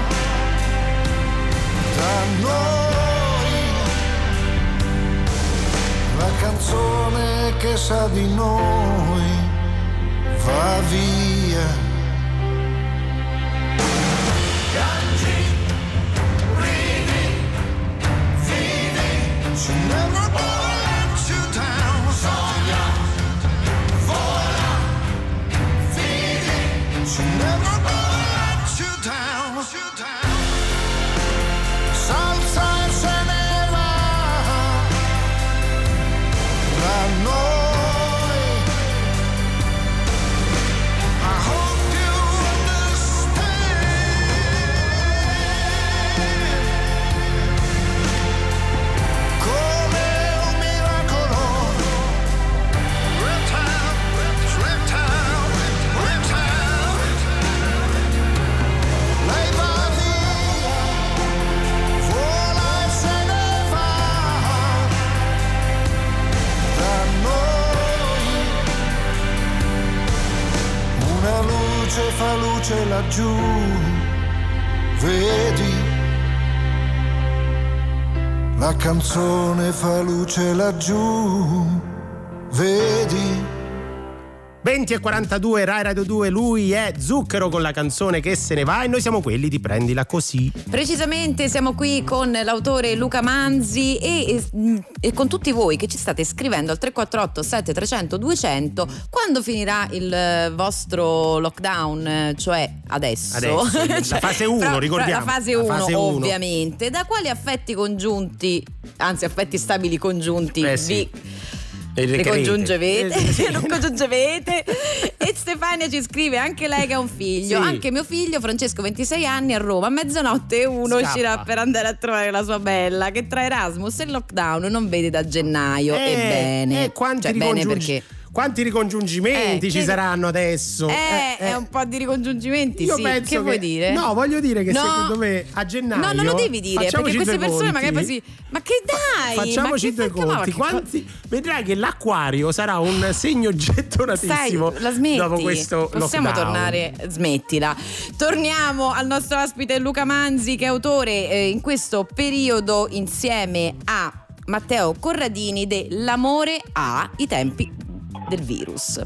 da noi. La canzone che sa di noi va via. Piangi, ridi, vivi, she never gonna let you down. Sogna, vola, vivi, she never gonna let you down. S'alza e se ne va da noi. I hope you understand. Come un fa luce laggiù, vedi, la canzone fa luce laggiù, vedi. venti e quarantadue Rai Radio due, lui è Zucchero con la canzone Che se ne va e noi siamo quelli di Prendila Così. Precisamente siamo qui con l'autore Luca Manzi e, e, e con tutti voi che ci state scrivendo al tre quattro otto sette tre zero zero duecento quando finirà il vostro lockdown, cioè adesso, adesso cioè, la fase uno, ricordiamo. La fase uno ovviamente. Da quali affetti congiunti, anzi affetti stabili congiunti eh sì. vi ricongiungevete, eh, sì. non congiungevete. E Stefania ci scrive anche lei che ha un figlio, sì. Anche mio figlio Francesco ventisei anni a Roma a mezzanotte e uno Scappa. uscirà per andare a trovare la sua bella che tra Erasmus e lockdown non vede da gennaio. eh, Ebbene eh, quanti cioè bene perché quanti ricongiungimenti eh, ci che... saranno adesso? Eh, eh, è eh. un po' di ricongiungimenti. Io sì. penso Che che... vuoi dire? No, voglio dire che no. secondo me a gennaio. No, non lo devi dire perché queste persone conti. magari poi si. Ma che dai! Facciamoci due conti. Quanti... Vedrai che l'acquario sarà un segno gettonatissimo. Sai, la smetti. Dopo questo Possiamo lockdown. tornare. Smettila. Torniamo al nostro ospite Luca Manzi, che è autore eh, in questo periodo insieme a Matteo Corradini de L'amore ha i tempi del virus.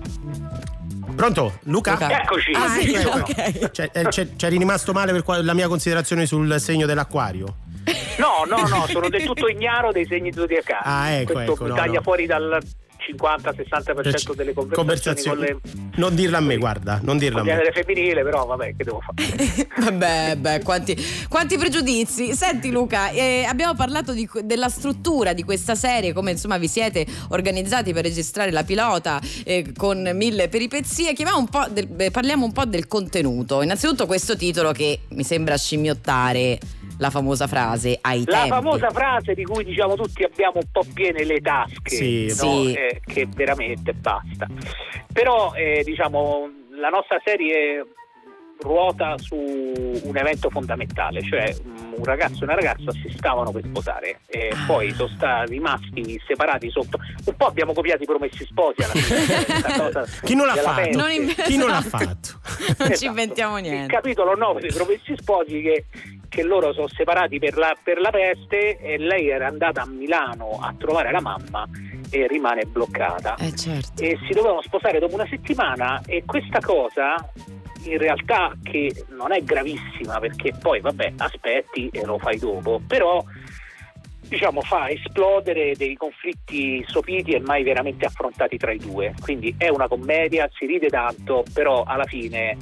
Pronto? Luca? Luca. Eccoci. Ah, sì, ecco. ok. Cioè, eh, c'è, c'eri rimasto male per qua- la mia considerazione sul segno dell'acquario? No, no, no, sono del tutto ignaro dei segni zodiacali. Ah, ecco, Questo ecco, mi no, taglia no. fuori dal cinquanta sessanta per cento delle conversazioni, conversazioni. Con le... Non dirla a me, guarda, non dirla a me. genere femminile, però vabbè, che devo fare? Vabbè, beh, quanti, quanti pregiudizi. Senti Luca, eh, abbiamo parlato di, della struttura di questa serie, come insomma vi siete organizzati per registrare la pilota eh, con mille peripezie. Chiamiamo un po' del, eh, parliamo un po' del contenuto. Innanzitutto questo titolo che mi sembra scimmiottare la famosa frase ai la tempi. La famosa frase di cui diciamo tutti abbiamo un po' piene le tasche, sì, no? sì. Eh, che veramente basta. Però eh, diciamo la nostra serie ruota su un evento fondamentale, cioè un ragazzo e una ragazza si stavano per sposare e poi sono stati rimasti separati sotto. Un po' abbiamo copiato i Promessi Sposi alla fine. Cosa Chi non l'ha fatto? Non in... Chi non l'ha fatto? Non esatto. ci inventiamo niente. Il capitolo nove dei Promessi Sposi che, che loro sono separati per la, per la peste e lei era andata a Milano a trovare la mamma e rimane bloccata. Eh, certo. E si dovevano sposare dopo una settimana e questa cosa in realtà che non è gravissima perché poi vabbè aspetti e lo fai dopo, però diciamo fa esplodere dei conflitti sopiti e mai veramente affrontati tra i due, quindi è una commedia, si ride tanto, però alla fine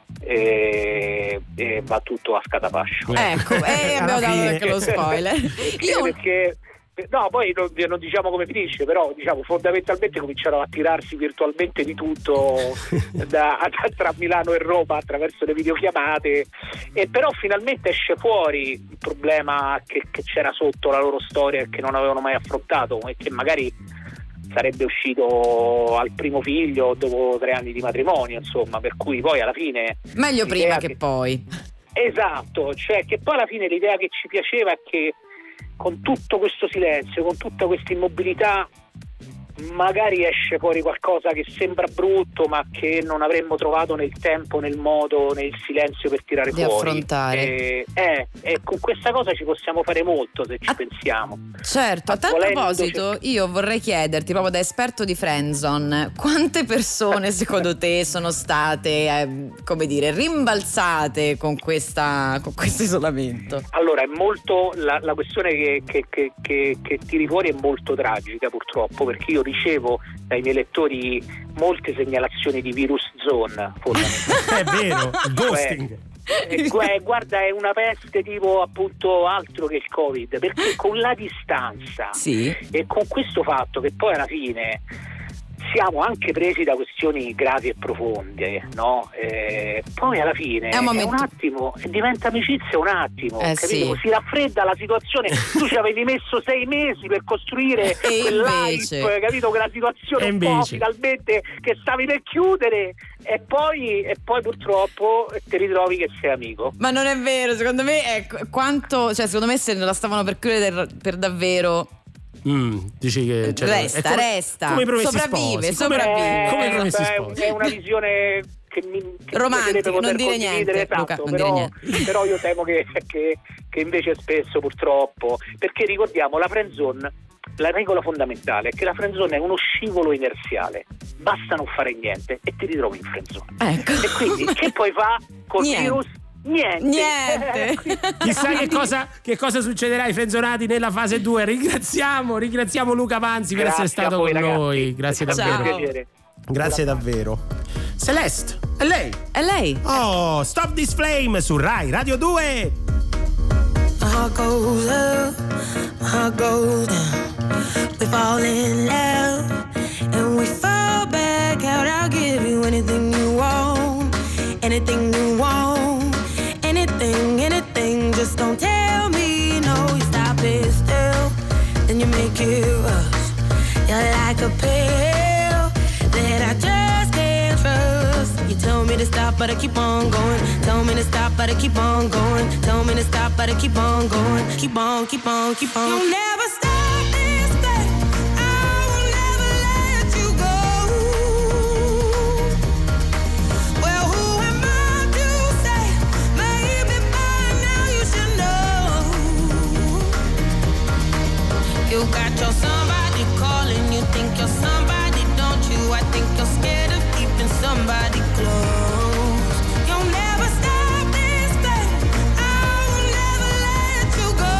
eh, eh, va tutto a scatafascio. Ecco, e abbiamo dato anche lo spoiler. Io perché no, poi non, non diciamo come finisce, però diciamo fondamentalmente cominciano a tirarsi virtualmente di tutto da, tra Milano e Roma attraverso le videochiamate e però finalmente esce fuori il problema che, che c'era sotto la loro storia e che non avevano mai affrontato e che magari sarebbe uscito al primo figlio dopo tre anni di matrimonio, insomma, per cui poi alla fine meglio prima che, che poi esatto, cioè che poi alla fine l'idea che ci piaceva è che con tutto questo silenzio, con tutta questa immobilità, magari esce fuori qualcosa che sembra brutto, ma che non avremmo trovato nel tempo, nel modo, nel silenzio per tirare di fuori. affrontare. E, eh, e con questa cosa ci possiamo fare molto se ci a, pensiamo. Certo, a tal proposito io vorrei chiederti, proprio da esperto di friendzone, quante persone secondo te sono state, eh, come dire, rimbalzate con questa con questo isolamento? Allora, è molto la, la questione che, che, che, che, che tiri fuori è molto tragica purtroppo, perché io ricevo dai miei lettori molte segnalazioni di virus zone. È vero, ghosting. Eh, guarda, è una peste tipo appunto altro che il Covid, perché con la distanza sì. e con questo fatto che poi alla fine siamo anche presi da questioni gravi e profonde, no? Eh, poi alla fine è un, momento... è un attimo, diventa amicizia un attimo, eh, capito? Sì. Si raffredda la situazione. Tu ci avevi messo sei mesi per costruire quell'hype, capito? Quella situazione e un invece... po' finalmente che stavi per chiudere e poi, e poi purtroppo ti ritrovi che sei amico. Ma non è vero, secondo me è quanto, cioè secondo me se la stavano per chiudere per davvero. Mm, dici che cioè, resta, come, resta come sopravvive, sposi, sopravvive. Come, come eh, promessi è, sposi. è una visione che che mi che romantiche, poter non dire condividere, niente, esatto, Luca, non però, dire niente. però io temo che, che, che invece spesso purtroppo, perché ricordiamo la friendzone, la regola fondamentale è che la friendzone è uno scivolo inerziale, basta non fare niente e ti ritrovi in friendzone. Ecco. E quindi che poi fa col Niente. virus? Niente. Niente. Chissà che cosa, che cosa succederà ai frenzonati nella fase due. Ringraziamo, ringraziamo Luca Panzi per Grazie essere stato a voi, con ragazzi. noi. Grazie È stato davvero. un piacere. Grazie davvero. Celeste, è lei? È lei? Oh, Stop This Flame su Rai Radio due. My heart goes up, my heart goes down. We fall in love and we fall back out. I'll give you anything you want, anything you want, anything, anything. Just don't tell me no. You stop it still, then you make it rush. You're like a pill that I just can't trust. You tell me to stop, but I keep on going. Tell me to stop, but I keep on going. Tell me to stop, but I keep on going. Keep on, keep on, keep on. You'll never stop this thing. I will never let you go. Well, who am I to say? Maybe by now you should know. You got your somebody calling. You think you're somebody, don't you? I think you're scared of keeping somebody close. You'll never stop this thing. I will never let you go.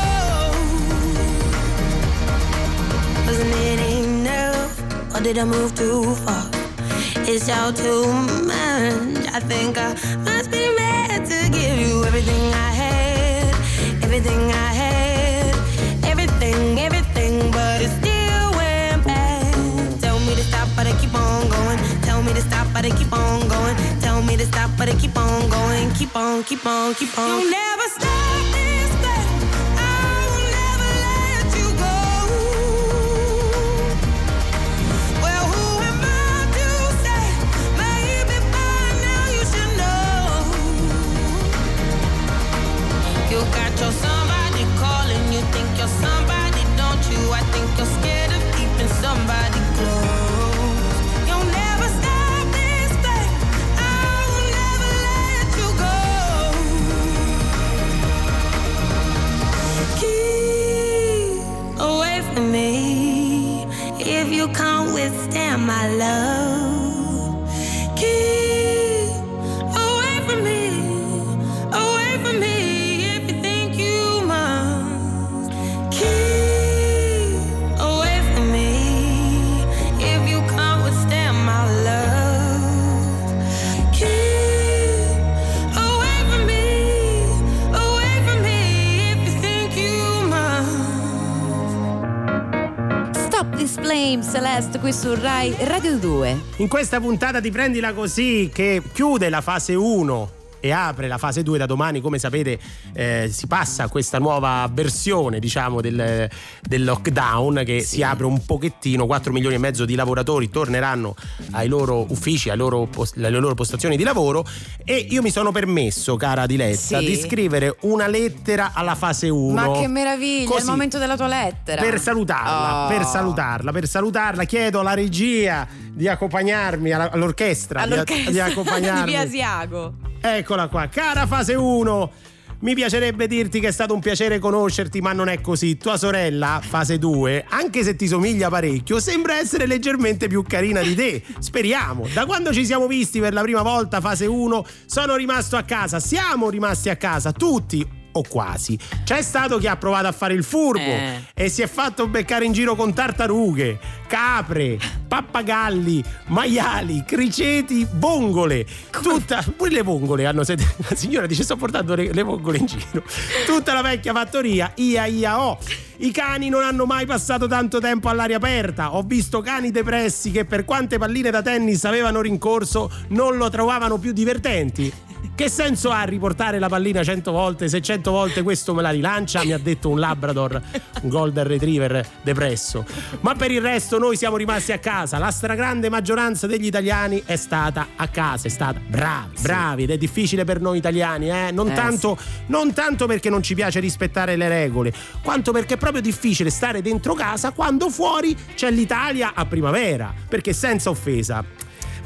'Cause it ain't enough, or did I move too far? It's all too much. I think I must be mad to give you everything I had, everything I had, everything, everything, but it still went bad. Tell me to stop, but I keep on going. Tell me to stop, but I keep on going. Tell me to stop, but I keep on going. Keep on, keep on, keep on. You'll never stop this thing. I will never let you go. Well, who am I to say? Maybe by now you should know. You got your somebody calling. You think you're somebody, don't you? I think you're scared of keeping somebody close. You'll never stop this thing. I will never let you go. Keep away from me if you can't withstand my love. Keep away from me, away from me if you think you must. Keep away from me if you can't withstand my love. Keep away from me, away from me if you think you must. Stop This Flame, Celeste, qui su Rai Radio due. In questa puntata di Prendila Così, che chiude la fase uno e apre la fase due da domani, come sapete, eh, si passa a questa nuova versione, diciamo, del, del lockdown che sì. si apre un pochettino. quattro milioni e mezzo di lavoratori torneranno ai loro uffici, ai loro, alle loro postazioni di lavoro, e io mi sono permesso, cara Diletta, sì. di scrivere una lettera alla fase uno. Ma che meraviglia, Così, è il momento della tua lettera. Per salutarla, oh. per salutarla, per salutarla, chiedo alla regia di accompagnarmi, all'orchestra, all'orchestra di, di accompagnarmi. di Via Asiago. Eccola qua, cara fase uno. Mi piacerebbe dirti che è stato un piacere conoscerti, ma non è così. Tua sorella, fase due, anche se ti somiglia parecchio, sembra essere leggermente più carina di te. Speriamo. Da quando ci siamo visti per la prima volta, fase uno, sono rimasto a casa. Siamo rimasti a casa, tutti. O quasi. C'è stato chi ha provato a fare il furbo eh. e si è fatto beccare in giro con tartarughe, capre, pappagalli, maiali, criceti, vongole. Tutta, pure le vongole hanno sede. La signora dice: sto portando le, le vongole in giro. Tutta la vecchia fattoria, ia ia oh. I cani non hanno mai passato tanto tempo all'aria aperta. Ho visto cani depressi che, per quante palline da tennis avevano rincorso, non lo trovavano più divertenti. Che senso ha riportare la pallina cento volte se cento volte questo me la rilancia? Mi ha detto un Labrador, un Golden Retriever depresso. Ma per il resto noi siamo rimasti a casa. La stragrande maggioranza degli italiani è stata a casa, è stata bravi, bravi. Ed è difficile per noi italiani, eh? Non, eh tanto, sì. non tanto perché non ci piace rispettare le regole, quanto perché è proprio difficile stare dentro casa quando fuori c'è l'Italia a primavera. Perché, senza offesa,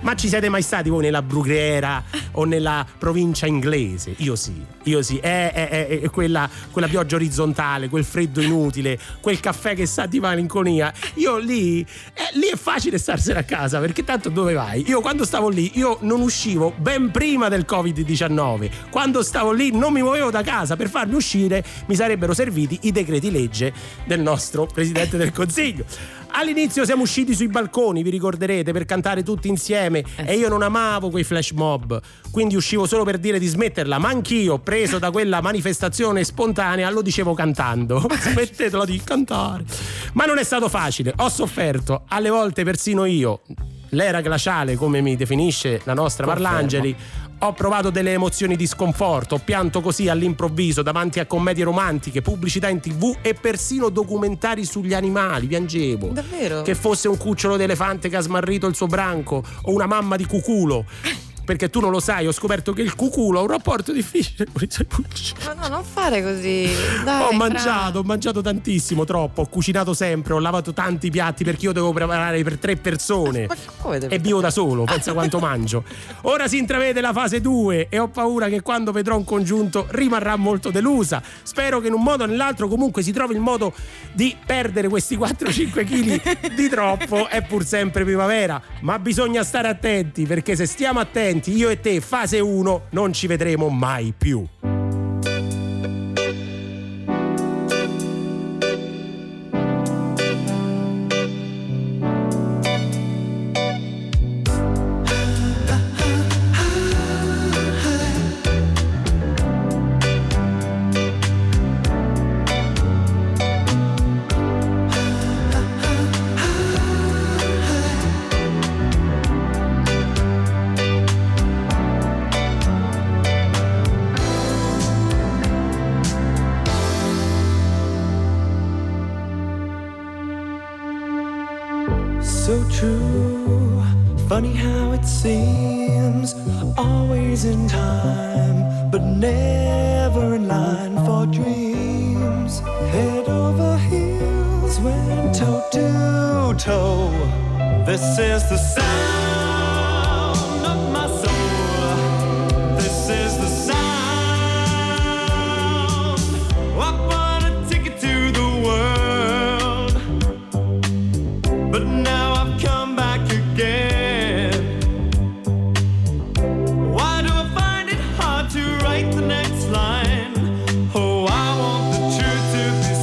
Ma ci siete mai stati voi nella Brughiera o nella provincia inglese? Io sì, io sì. È, è, è, è quella, quella pioggia orizzontale, quel freddo inutile, quel caffè che sa di malinconia. Io lì, eh, lì è facile starsene a casa, perché tanto dove vai? Io quando stavo lì, io non uscivo ben prima del covid diciannove. Quando stavo lì non mi muovevo da casa. Per farmi uscire mi sarebbero serviti i decreti legge del nostro Presidente del Consiglio. All'inizio siamo usciti sui balconi, vi ricorderete, per cantare tutti insieme, eh. E io non amavo quei flash mob, quindi uscivo solo per dire di smetterla, ma anch'io, preso da quella manifestazione spontanea, lo dicevo cantando. Smettetela di cantare. Ma non è stato facile, ho sofferto, alle volte persino io, l'era glaciale come mi definisce la nostra Confermo. Parlangeli. Ho provato delle emozioni di sconforto, ho pianto così all'improvviso davanti a commedie romantiche, pubblicità in tv e persino documentari sugli animali, piangevo. Davvero? Che fosse un cucciolo d'elefante che ha smarrito il suo branco o una mamma di cuculo. Perché tu non lo sai, ho scoperto che il cuculo ha un rapporto difficile con i suoi pulci. Ma no, non fare così. Dai, ho mangiato, fra. ho mangiato tantissimo, troppo. Ho cucinato sempre, ho lavato tanti piatti perché io devo preparare per tre persone. Ma come e vivo da solo, pensa quanto mangio. Ora si intravede la fase due e ho paura che quando vedrò un congiunto rimarrà molto delusa. Spero che in un modo o nell'altro comunque si trovi il modo di perdere questi quattro cinque chili di troppo. È pur sempre primavera, ma bisogna stare attenti, perché se stiamo attenti io e te, fase uno, non ci vedremo mai più. So true, funny how it seems, always in time, but never in line for dreams. Head over heels, went toe to toe. This is the sound of my soul. This is the sound. I bought a ticket to the world, but now I've come back again. Why do I find it hard to write the next line? Oh, I want the truth to be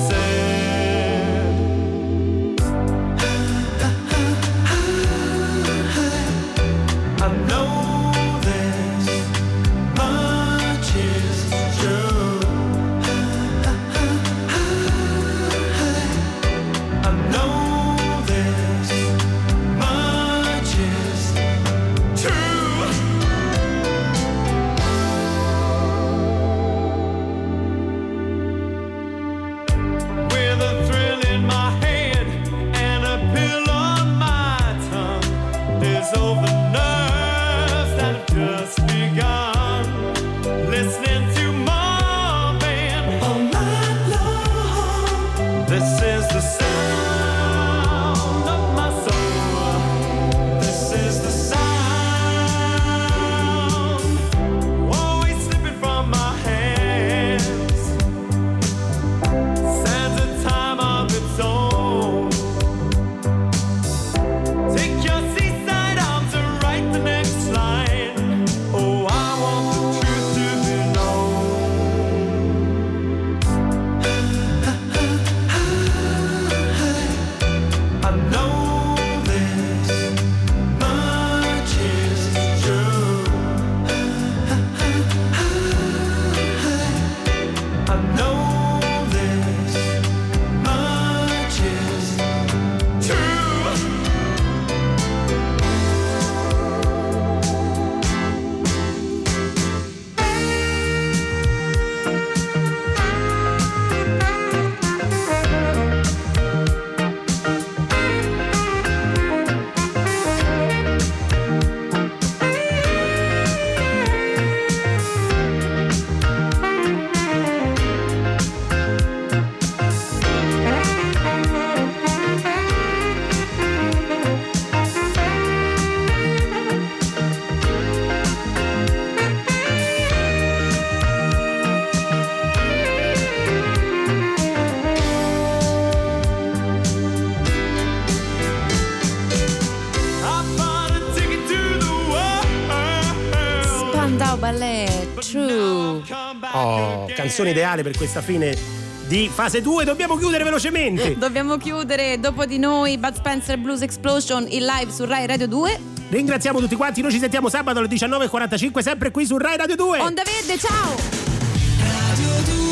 said. ballet, true. Oh, canzone ideale per questa fine di fase due. Dobbiamo chiudere velocemente. Dobbiamo chiudere. Dopo di noi Bud Spencer Blues Explosion in live su Rai Radio due. Ringraziamo tutti quanti. Noi ci sentiamo sabato alle diciannove e quarantacinque sempre qui su Rai Radio due. Onda Verde, ciao. Radio due